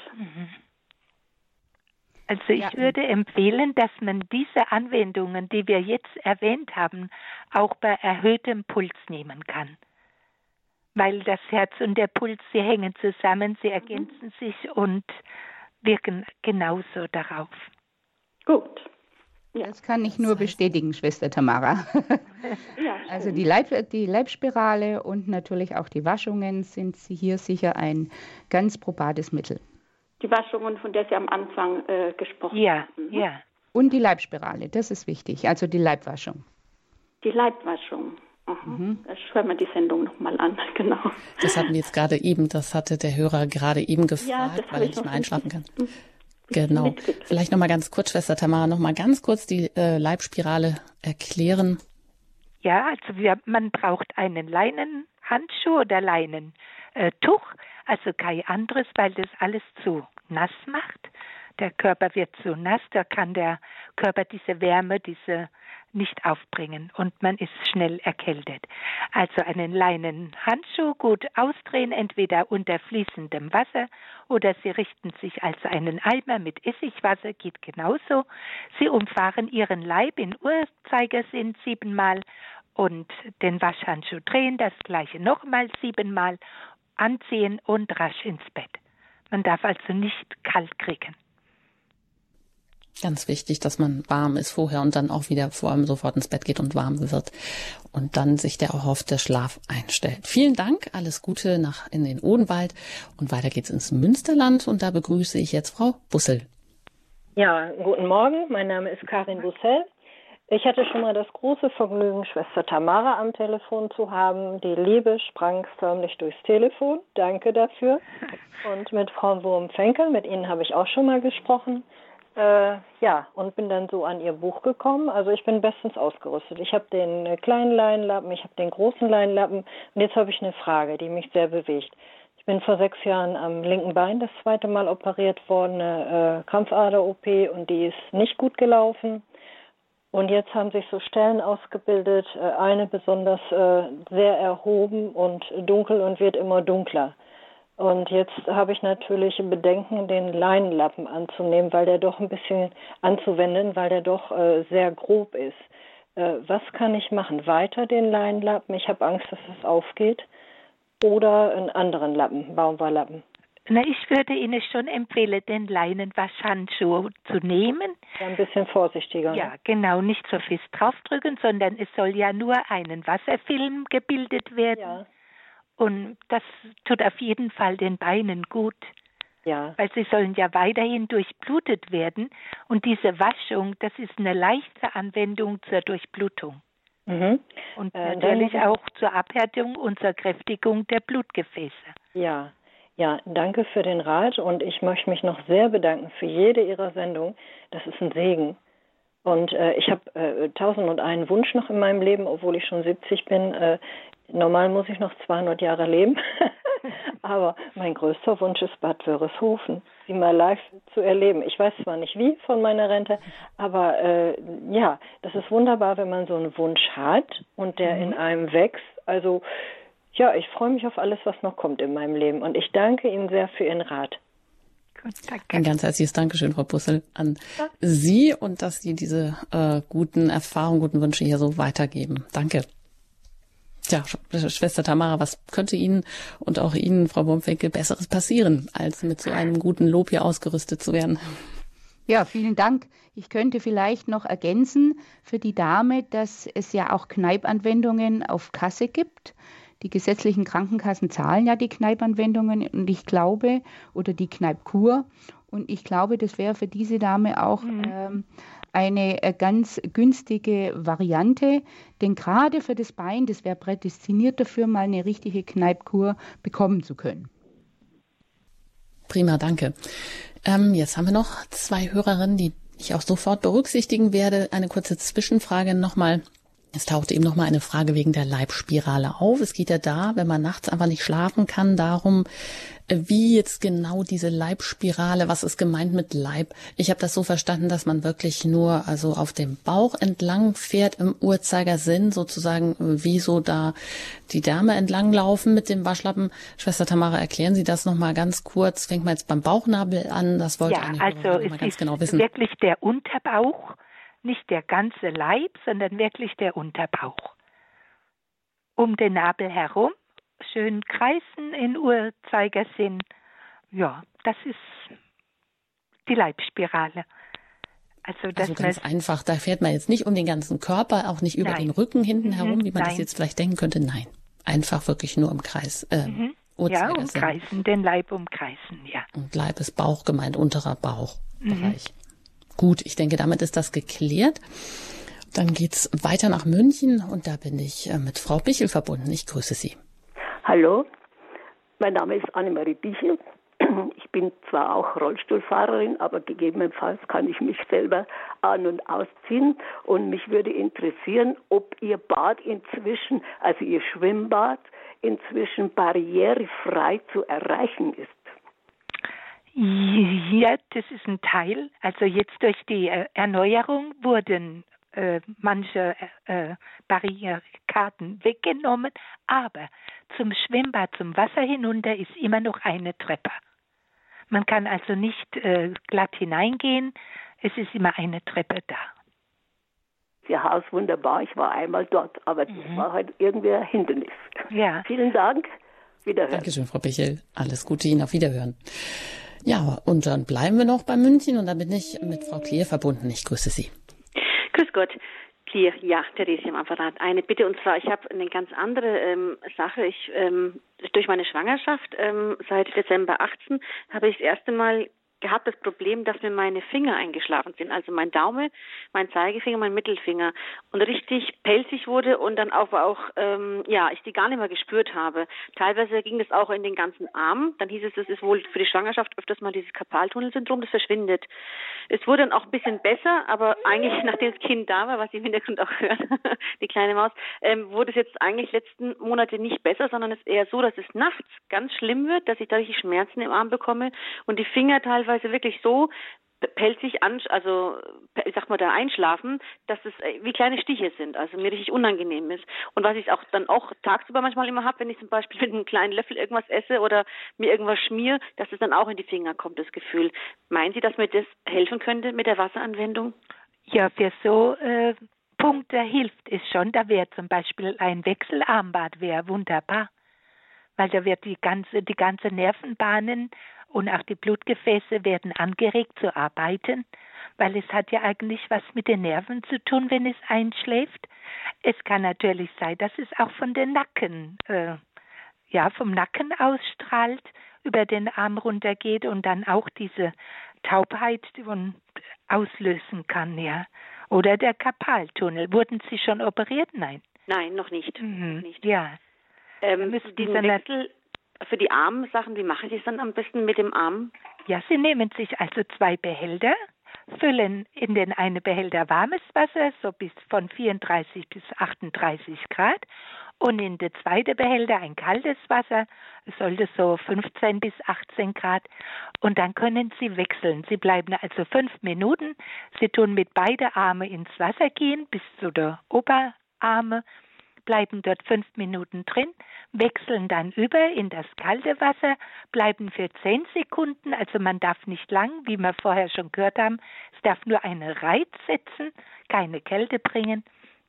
Also ich würde empfehlen, dass man diese Anwendungen, die wir jetzt erwähnt haben, auch bei erhöhtem Puls nehmen kann. Weil das Herz und der Puls, sie hängen zusammen, sie ergänzen sich und wirken genauso darauf. Gut. Ja. Das kann ich nur bestätigen, Schwester Tamara. Also die Leibspirale und natürlich auch die Waschungen sind hier sicher ein ganz probates Mittel. Die Waschungen, von der Sie am Anfang gesprochen haben. Ja. Und die Leibspirale, das ist wichtig, also die Leibwaschung. Die Leibwaschung. Ich höre mir die Sendung nochmal an, genau. Das hatten wir jetzt gerade eben, das hatte der Hörer gerade eben gefragt, weil er nicht mehr einschlafen kann. Genau. Vielleicht nochmal ganz kurz, Schwester Tamara, nochmal ganz kurz die Leibspirale erklären. Ja, also man braucht einen Leinenhandschuh oder Leinentuch, also kein anderes, weil das alles zu nass macht. Der Körper wird zu nass, da kann der Körper diese Wärme, nicht aufbringen und man ist schnell erkältet. Also einen Leinenhandschuh gut ausdrehen, entweder unter fließendem Wasser oder Sie richten sich also einen Eimer mit Essigwasser, geht genauso. Sie umfahren Ihren Leib in Uhrzeigersinn 7-mal und den Waschhandschuh drehen, das gleiche nochmal 7-mal, anziehen und rasch ins Bett. Man darf also nicht kalt kriegen. Ganz wichtig, dass man warm ist vorher und dann auch wieder vor allem sofort ins Bett geht und warm wird und dann sich der erhoffte Schlaf einstellt. Vielen Dank, alles Gute in den Odenwald und weiter geht's ins Münsterland und da begrüße ich jetzt Frau Bussel. Ja, guten Morgen, mein Name ist Karin Bussel. Ich hatte schon mal das große Vergnügen, Schwester Tamara am Telefon zu haben. Die Liebe sprang förmlich durchs Telefon. Danke dafür. Und mit Frau Wurm-Fenkel, mit Ihnen habe ich auch schon mal gesprochen. Und bin dann so an Ihr Buch gekommen. Also ich bin bestens ausgerüstet. Ich habe den kleinen Leinlappen, ich habe den großen Leinlappen. Und jetzt habe ich eine Frage, die mich sehr bewegt. Ich bin vor 6 Jahren am linken Bein das 2. Mal operiert worden, eine Krampfader-OP, und die ist nicht gut gelaufen. Und jetzt haben sich so Stellen ausgebildet, eine besonders sehr erhoben und dunkel und wird immer dunkler. Und jetzt habe ich natürlich Bedenken, den Leinenlappen anzunehmen, weil der doch ein bisschen anzuwenden, weil der doch sehr grob ist. Was kann ich machen? Weiter den Leinenlappen? Ich habe Angst, dass es aufgeht. Oder einen anderen Lappen, Baumwolllappen? Na, ich würde Ihnen schon empfehlen, den Leinenwaschhandschuh zu nehmen. Ja, ein bisschen vorsichtiger. Ja, genau, nicht so fest draufdrücken, sondern es soll ja nur einen Wasserfilm gebildet werden. Ja. Und das tut auf jeden Fall den Beinen gut. Ja. Weil sie sollen ja weiterhin durchblutet werden. Und diese Waschung, das ist eine leichte Anwendung zur Durchblutung. Mhm. Und natürlich auch zur Abhärtung und zur Kräftigung der Blutgefäße. Ja. Ja, danke für den Rat, und ich möchte mich noch sehr bedanken für jede Ihrer Sendungen. Das ist ein Segen. Und ich habe 1001 Wunsch noch in meinem Leben, obwohl ich schon 70 bin. Normal muss ich noch 200 Jahre leben. Aber mein größter Wunsch ist Bad Wörishofen, sie mal live zu erleben. Ich weiß zwar nicht wie von meiner Rente, aber das ist wunderbar, wenn man so einen Wunsch hat und der in einem wächst. Also ja, ich freue mich auf alles, was noch kommt in meinem Leben. Und ich danke Ihnen sehr für Ihren Rat. Gut, danke. Ein ganz herzliches Dankeschön, Frau Bussel, an Sie und dass Sie diese guten Erfahrungen, guten Wünsche hier so weitergeben. Danke. Tja, Schwester Tamara, was könnte Ihnen und auch Ihnen, Frau Wurm-Fenkel, Besseres passieren, als mit so einem guten Lob hier ausgerüstet zu werden? Ja, vielen Dank. Ich könnte vielleicht noch ergänzen für die Dame, dass es ja auch Kneipanwendungen auf Kasse gibt. Die gesetzlichen Krankenkassen zahlen ja die Kneipanwendungen, und ich glaube, oder die Kneipkur. Und ich glaube, das wäre für diese Dame auch eine ganz günstige Variante. Denn gerade für das Bein, das wäre prädestiniert dafür, mal eine richtige Kneipkur bekommen zu können. Prima, danke. Jetzt haben wir noch 2 Hörerinnen, die ich auch sofort berücksichtigen werde. Eine kurze Zwischenfrage nochmal. Es tauchte eben nochmal eine Frage wegen der Leibspirale auf. Es geht ja da, wenn man nachts einfach nicht schlafen kann, darum, wie jetzt genau diese Leibspirale, was ist gemeint mit Leib? Ich habe das so verstanden, dass man wirklich nur also auf dem Bauch entlang fährt im Uhrzeigersinn, sozusagen, wie so da die Därme entlang laufen mit dem Waschlappen. Schwester Tamara, erklären Sie das nochmal ganz kurz. Fängt man jetzt beim Bauchnabel an? Das wollte eine Hörerin mal ganz genau wissen. Wirklich der Unterbauch. Nicht der ganze Leib, sondern wirklich der Unterbauch. Um den Nabel herum, schön kreisen in Uhrzeigersinn. Ja, das ist die Leibspirale. Also ganz einfach, da fährt man jetzt nicht um den ganzen Körper, auch nicht über den Rücken hinten herum, wie man das jetzt vielleicht denken könnte. Nein, einfach wirklich nur im Kreis. Ja, umkreisen, den Leib umkreisen, ja. Und Leib ist Bauch gemeint, unterer Bauchbereich. Gut, ich denke, damit ist das geklärt. Dann geht's weiter nach München und da bin ich mit Frau Bichel verbunden. Ich grüße Sie. Hallo, mein Name ist Annemarie Bichel. Ich bin zwar auch Rollstuhlfahrerin, aber gegebenenfalls kann ich mich selber an- und ausziehen. Und mich würde interessieren, ob Ihr Bad inzwischen, also Ihr Schwimmbad, inzwischen barrierefrei zu erreichen ist. Ja, das ist ein Teil. Also jetzt durch die Erneuerung wurden manche Barrikaden weggenommen, aber zum Schwimmbad, zum Wasser hinunter ist immer noch eine Treppe. Man kann also nicht glatt hineingehen, es ist immer eine Treppe da. Ihr Haus wunderbar, ich war einmal dort, aber das war halt irgendwie ein Hindernis. Ja. Vielen Dank, Wiederhören. Dankeschön, Frau Bichel. Alles Gute Ihnen, auf Wiederhören. Ja, und dann bleiben wir noch bei München und dann bin ich mit Frau Klier verbunden. Ich grüße Sie. Grüß Gott. Klier, ja, Theresia am Apparat. Eine Bitte, und zwar, ich habe eine ganz andere Sache. Durch meine Schwangerschaft seit Dezember 18 habe ich das erste Mal gehabt das Problem, dass mir meine Finger eingeschlafen sind. Also mein Daumen, mein Zeigefinger, mein Mittelfinger. Und richtig pelzig wurde und dann auch ich die gar nicht mehr gespürt habe. Teilweise ging das auch in den ganzen Arm. Dann hieß es, das ist wohl für die Schwangerschaft öfters mal dieses Karpaltunnelsyndrom, das verschwindet. Es wurde dann auch ein bisschen besser, aber eigentlich, nachdem das Kind da war, was ihr im Hintergrund auch hört, die kleine Maus, wurde es jetzt eigentlich letzten Monate nicht besser, sondern es ist eher so, dass es nachts ganz schlimm wird, dass ich dadurch Schmerzen im Arm bekomme und die Finger teilweise wirklich so pelzig da einschlafen, dass es wie kleine Stiche sind, also mir richtig unangenehm ist. Und was ich auch tagsüber manchmal immer habe, wenn ich zum Beispiel mit einem kleinen Löffel irgendwas esse oder mir irgendwas schmiere, dass es dann auch in die Finger kommt, das Gefühl. Meinen Sie, dass mir das helfen könnte mit der Wasseranwendung? Ja, für so Punkte hilft es schon. Da wäre zum Beispiel ein Wechselarmbad wäre wunderbar, weil da wird die ganze Nervenbahnen und auch die Blutgefäße werden angeregt zu arbeiten, weil es hat ja eigentlich was mit den Nerven zu tun, wenn es einschläft. Es kann natürlich sein, dass es auch von den Nacken, vom Nacken ausstrahlt, über den Arm runtergeht und dann auch diese Taubheit auslösen kann, ja. Oder der Karpaltunnel. Wurden Sie schon operiert? Nein. Nein, noch nicht. Noch nicht. Ja. Diesen Wechsel für die Armsachen, wie mache ich das dann am besten mit dem Arm? Ja, Sie nehmen sich also 2 Behälter, füllen in den einen Behälter warmes Wasser, so bis von 34 bis 38 Grad, und in den zweiten Behälter ein kaltes Wasser, sollte so 15 bis 18 Grad, und dann können Sie wechseln. Sie bleiben also 5 Minuten, Sie tun mit beiden Armen ins Wasser gehen, bis zu der Oberarme, bleiben dort 5 Minuten drin, wechseln dann über in das kalte Wasser, bleiben für 10 Sekunden, also man darf nicht lang, wie wir vorher schon gehört haben, es darf nur einen Reiz setzen, keine Kälte bringen,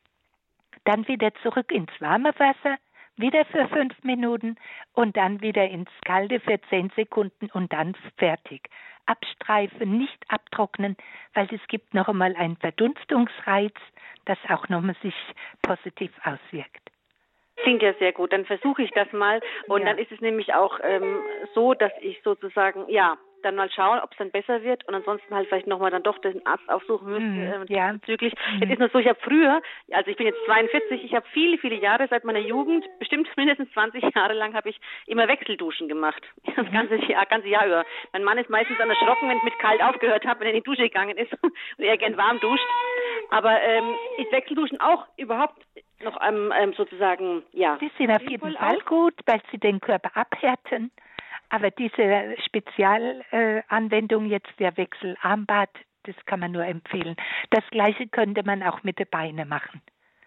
dann wieder zurück ins warme Wasser, wieder für 5 Minuten und dann wieder ins kalte für 10 Sekunden und dann fertig. Abstreifen, nicht abtrocknen, weil es gibt noch einmal einen Verdunstungsreiz, das auch nochmal sich positiv auswirkt. Klingt ja sehr gut. Dann versuche ich das mal und dann ist es nämlich auch so, dass ich sozusagen, dann mal schauen, ob es dann besser wird und ansonsten halt vielleicht nochmal dann doch den Arzt aufsuchen müsste bezüglich. Es ist nur so, ich habe früher, also ich bin jetzt 42, ich habe viele, viele Jahre seit meiner Jugend, bestimmt mindestens 20 Jahre lang habe ich immer Wechselduschen gemacht. Das ganze Jahr über. Mein Mann ist meistens dann erschrocken, wenn ich mit kalt aufgehört habe, wenn er in die Dusche gegangen ist und er gern warm duscht. Aber ist Wechselduschen auch überhaupt noch sozusagen, Die sind auf jeden Fall gut, weil sie den Körper abhärten. Aber diese Spezialanwendung jetzt, der Wechselarmbad, das kann man nur empfehlen. Das Gleiche könnte man auch mit den Beinen machen.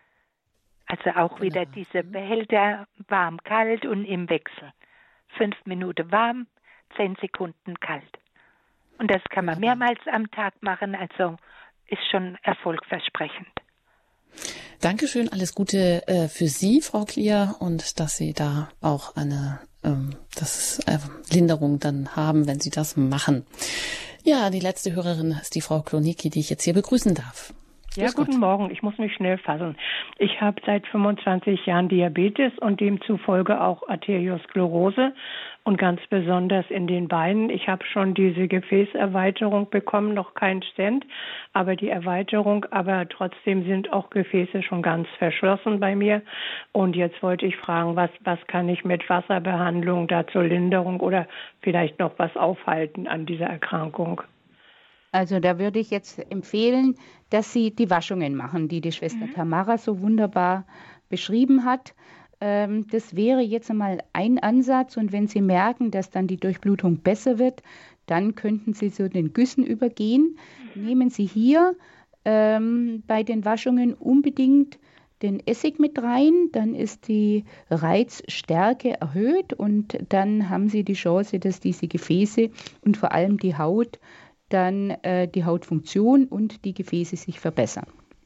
Also auch wieder diese Behälter warm, kalt und im Wechsel. 5 Minuten warm, 10 Sekunden kalt. Und das kann man mehrmals am Tag machen, also ist schon erfolgversprechend. Dankeschön, alles Gute für Sie, Frau Klier, und dass Sie da auch eine Linderung dann haben, wenn Sie das machen. Ja, die letzte Hörerin ist die Frau Klonicki, die ich jetzt hier begrüßen darf. Ja, guten Morgen. Ich muss mich schnell fassen. Ich habe seit 25 Jahren Diabetes und demzufolge auch Arteriosklerose und ganz besonders in den Beinen. Ich habe schon diese Gefäßerweiterung bekommen, noch kein Stent, aber die Erweiterung, aber trotzdem sind auch Gefäße schon ganz verschlossen bei mir. Und jetzt wollte ich fragen, was kann ich mit Wasserbehandlung da zur Linderung oder vielleicht noch was aufhalten an dieser Erkrankung? Also da würde ich jetzt empfehlen, dass Sie die Waschungen machen, die die Schwester Tamara so wunderbar beschrieben hat. Das wäre jetzt einmal ein Ansatz. Und wenn Sie merken, dass dann die Durchblutung besser wird, dann könnten Sie so den Güssen übergehen. Nehmen Sie hier bei den Waschungen unbedingt den Essig mit rein, dann ist die Reizstärke erhöht und dann haben Sie die Chance, dass diese Gefäße und vor allem die Haut dann die Hautfunktion und die Gefäße sich verbessern.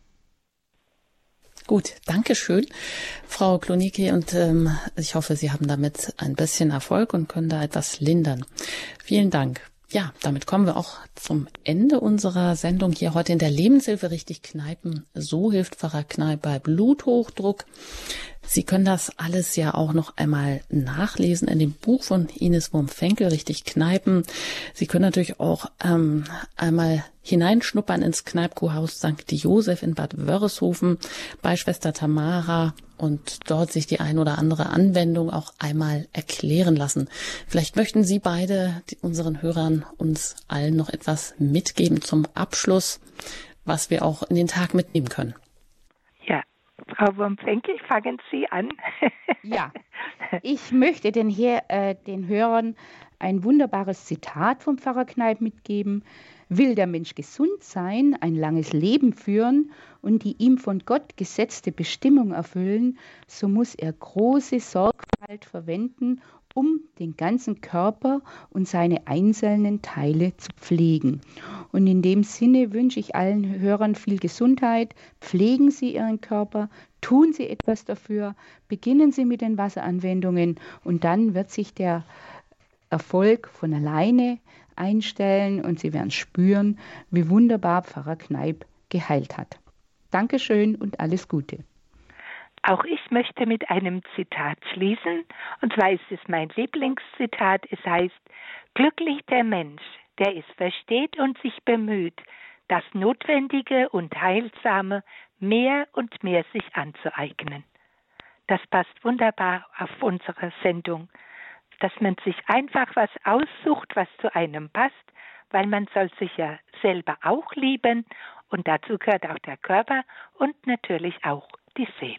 Gut, danke schön, Frau Klonicki, und ich hoffe, Sie haben damit ein bisschen Erfolg und können da etwas lindern. Vielen Dank. Ja, damit kommen wir auch zum Ende unserer Sendung hier heute in der Lebenshilfe richtig Kneipen. So hilft Pfarrer Kneip bei Bluthochdruck. Sie können das alles ja auch noch einmal nachlesen in dem Buch von Ines Wurm-Fenkel, richtig Kneipen. Sie können natürlich auch einmal hineinschnuppern ins Kneipkurhaus St. Joseph in Bad Wörishofen bei Schwester Tamara und dort sich die ein oder andere Anwendung auch einmal erklären lassen. Vielleicht möchten Sie beide, unseren Hörern, uns allen noch etwas mitgeben zum Abschluss, was wir auch in den Tag mitnehmen können. Ja, Frau Wurm-Fenkel, fangen Sie an. Ja, ich möchte den Hörern ein wunderbares Zitat vom Pfarrer Kneip mitgeben. Will der Mensch gesund sein, ein langes Leben führen und die ihm von Gott gesetzte Bestimmung erfüllen, so muss er große Sorgfalt verwenden, um den ganzen Körper und seine einzelnen Teile zu pflegen. Und in dem Sinne wünsche ich allen Hörern viel Gesundheit. Pflegen Sie Ihren Körper, tun Sie etwas dafür, beginnen Sie mit den Wasseranwendungen und dann wird sich der Erfolg von alleine einstellen und Sie werden spüren, wie wunderbar Pfarrer Kneip geheilt hat. Dankeschön und alles Gute. Auch ich möchte mit einem Zitat schließen, und zwar ist es mein Lieblingszitat. Es heißt: Glücklich der Mensch, der es versteht und sich bemüht, das Notwendige und Heilsame mehr und mehr sich anzueignen. Das passt wunderbar auf unsere Sendung, dass man sich einfach was aussucht, was zu einem passt, weil man soll sich ja selber auch lieben und dazu gehört auch der Körper und natürlich auch die Seele.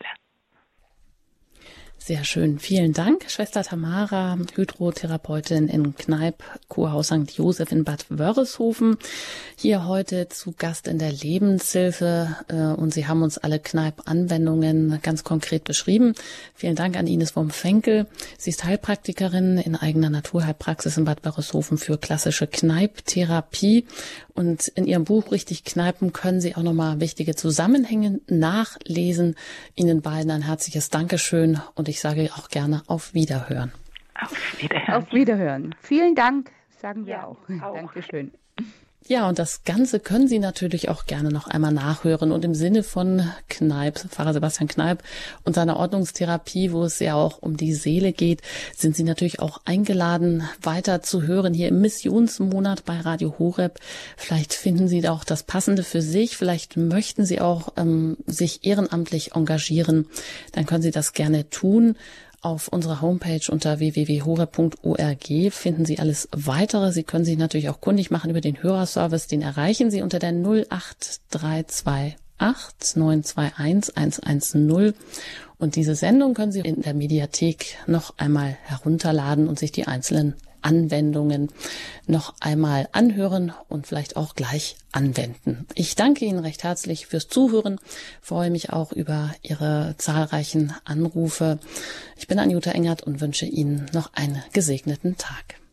Sehr schön. Vielen Dank, Schwester Tamara, Hydrotherapeutin in Kneip, Kurhaus St. Joseph in Bad Wörishofen, hier heute zu Gast in der Lebenshilfe. Und Sie haben uns alle Kneip-Anwendungen ganz konkret beschrieben. Vielen Dank an Ines Wurm-Fenkel. Sie ist Heilpraktikerin in eigener Naturheilpraxis in Bad Wörishofen für klassische Kneip-Therapie. Und in Ihrem Buch Richtig Kneipen können Sie auch nochmal wichtige Zusammenhänge nachlesen. Ihnen beiden ein herzliches Dankeschön und ich sage auch gerne auf Wiederhören. Auf Wiederhören. Auf Wiederhören. Vielen Dank, sagen wir auch. Dankeschön. Ja, und das Ganze können Sie natürlich auch gerne noch einmal nachhören. Und im Sinne von Kneip, Pfarrer Sebastian Kneip und seiner Ordnungstherapie, wo es ja auch um die Seele geht, sind Sie natürlich auch eingeladen, weiter zu hören hier im Missionsmonat bei Radio Horeb. Vielleicht finden Sie da auch das Passende für sich. Vielleicht möchten Sie auch sich ehrenamtlich engagieren. Dann können Sie das gerne tun. Auf unserer Homepage unter www.horeb.org finden Sie alles Weitere. Sie können sich natürlich auch kundig machen über den Hörerservice. Den erreichen Sie unter der 08328 921 110. Und diese Sendung können Sie in der Mediathek noch einmal herunterladen und sich die einzelnen Anwendungen noch einmal anhören und vielleicht auch gleich anwenden. Ich danke Ihnen recht herzlich fürs Zuhören, freue mich auch über Ihre zahlreichen Anrufe. Ich bin Anjuta Engert und wünsche Ihnen noch einen gesegneten Tag.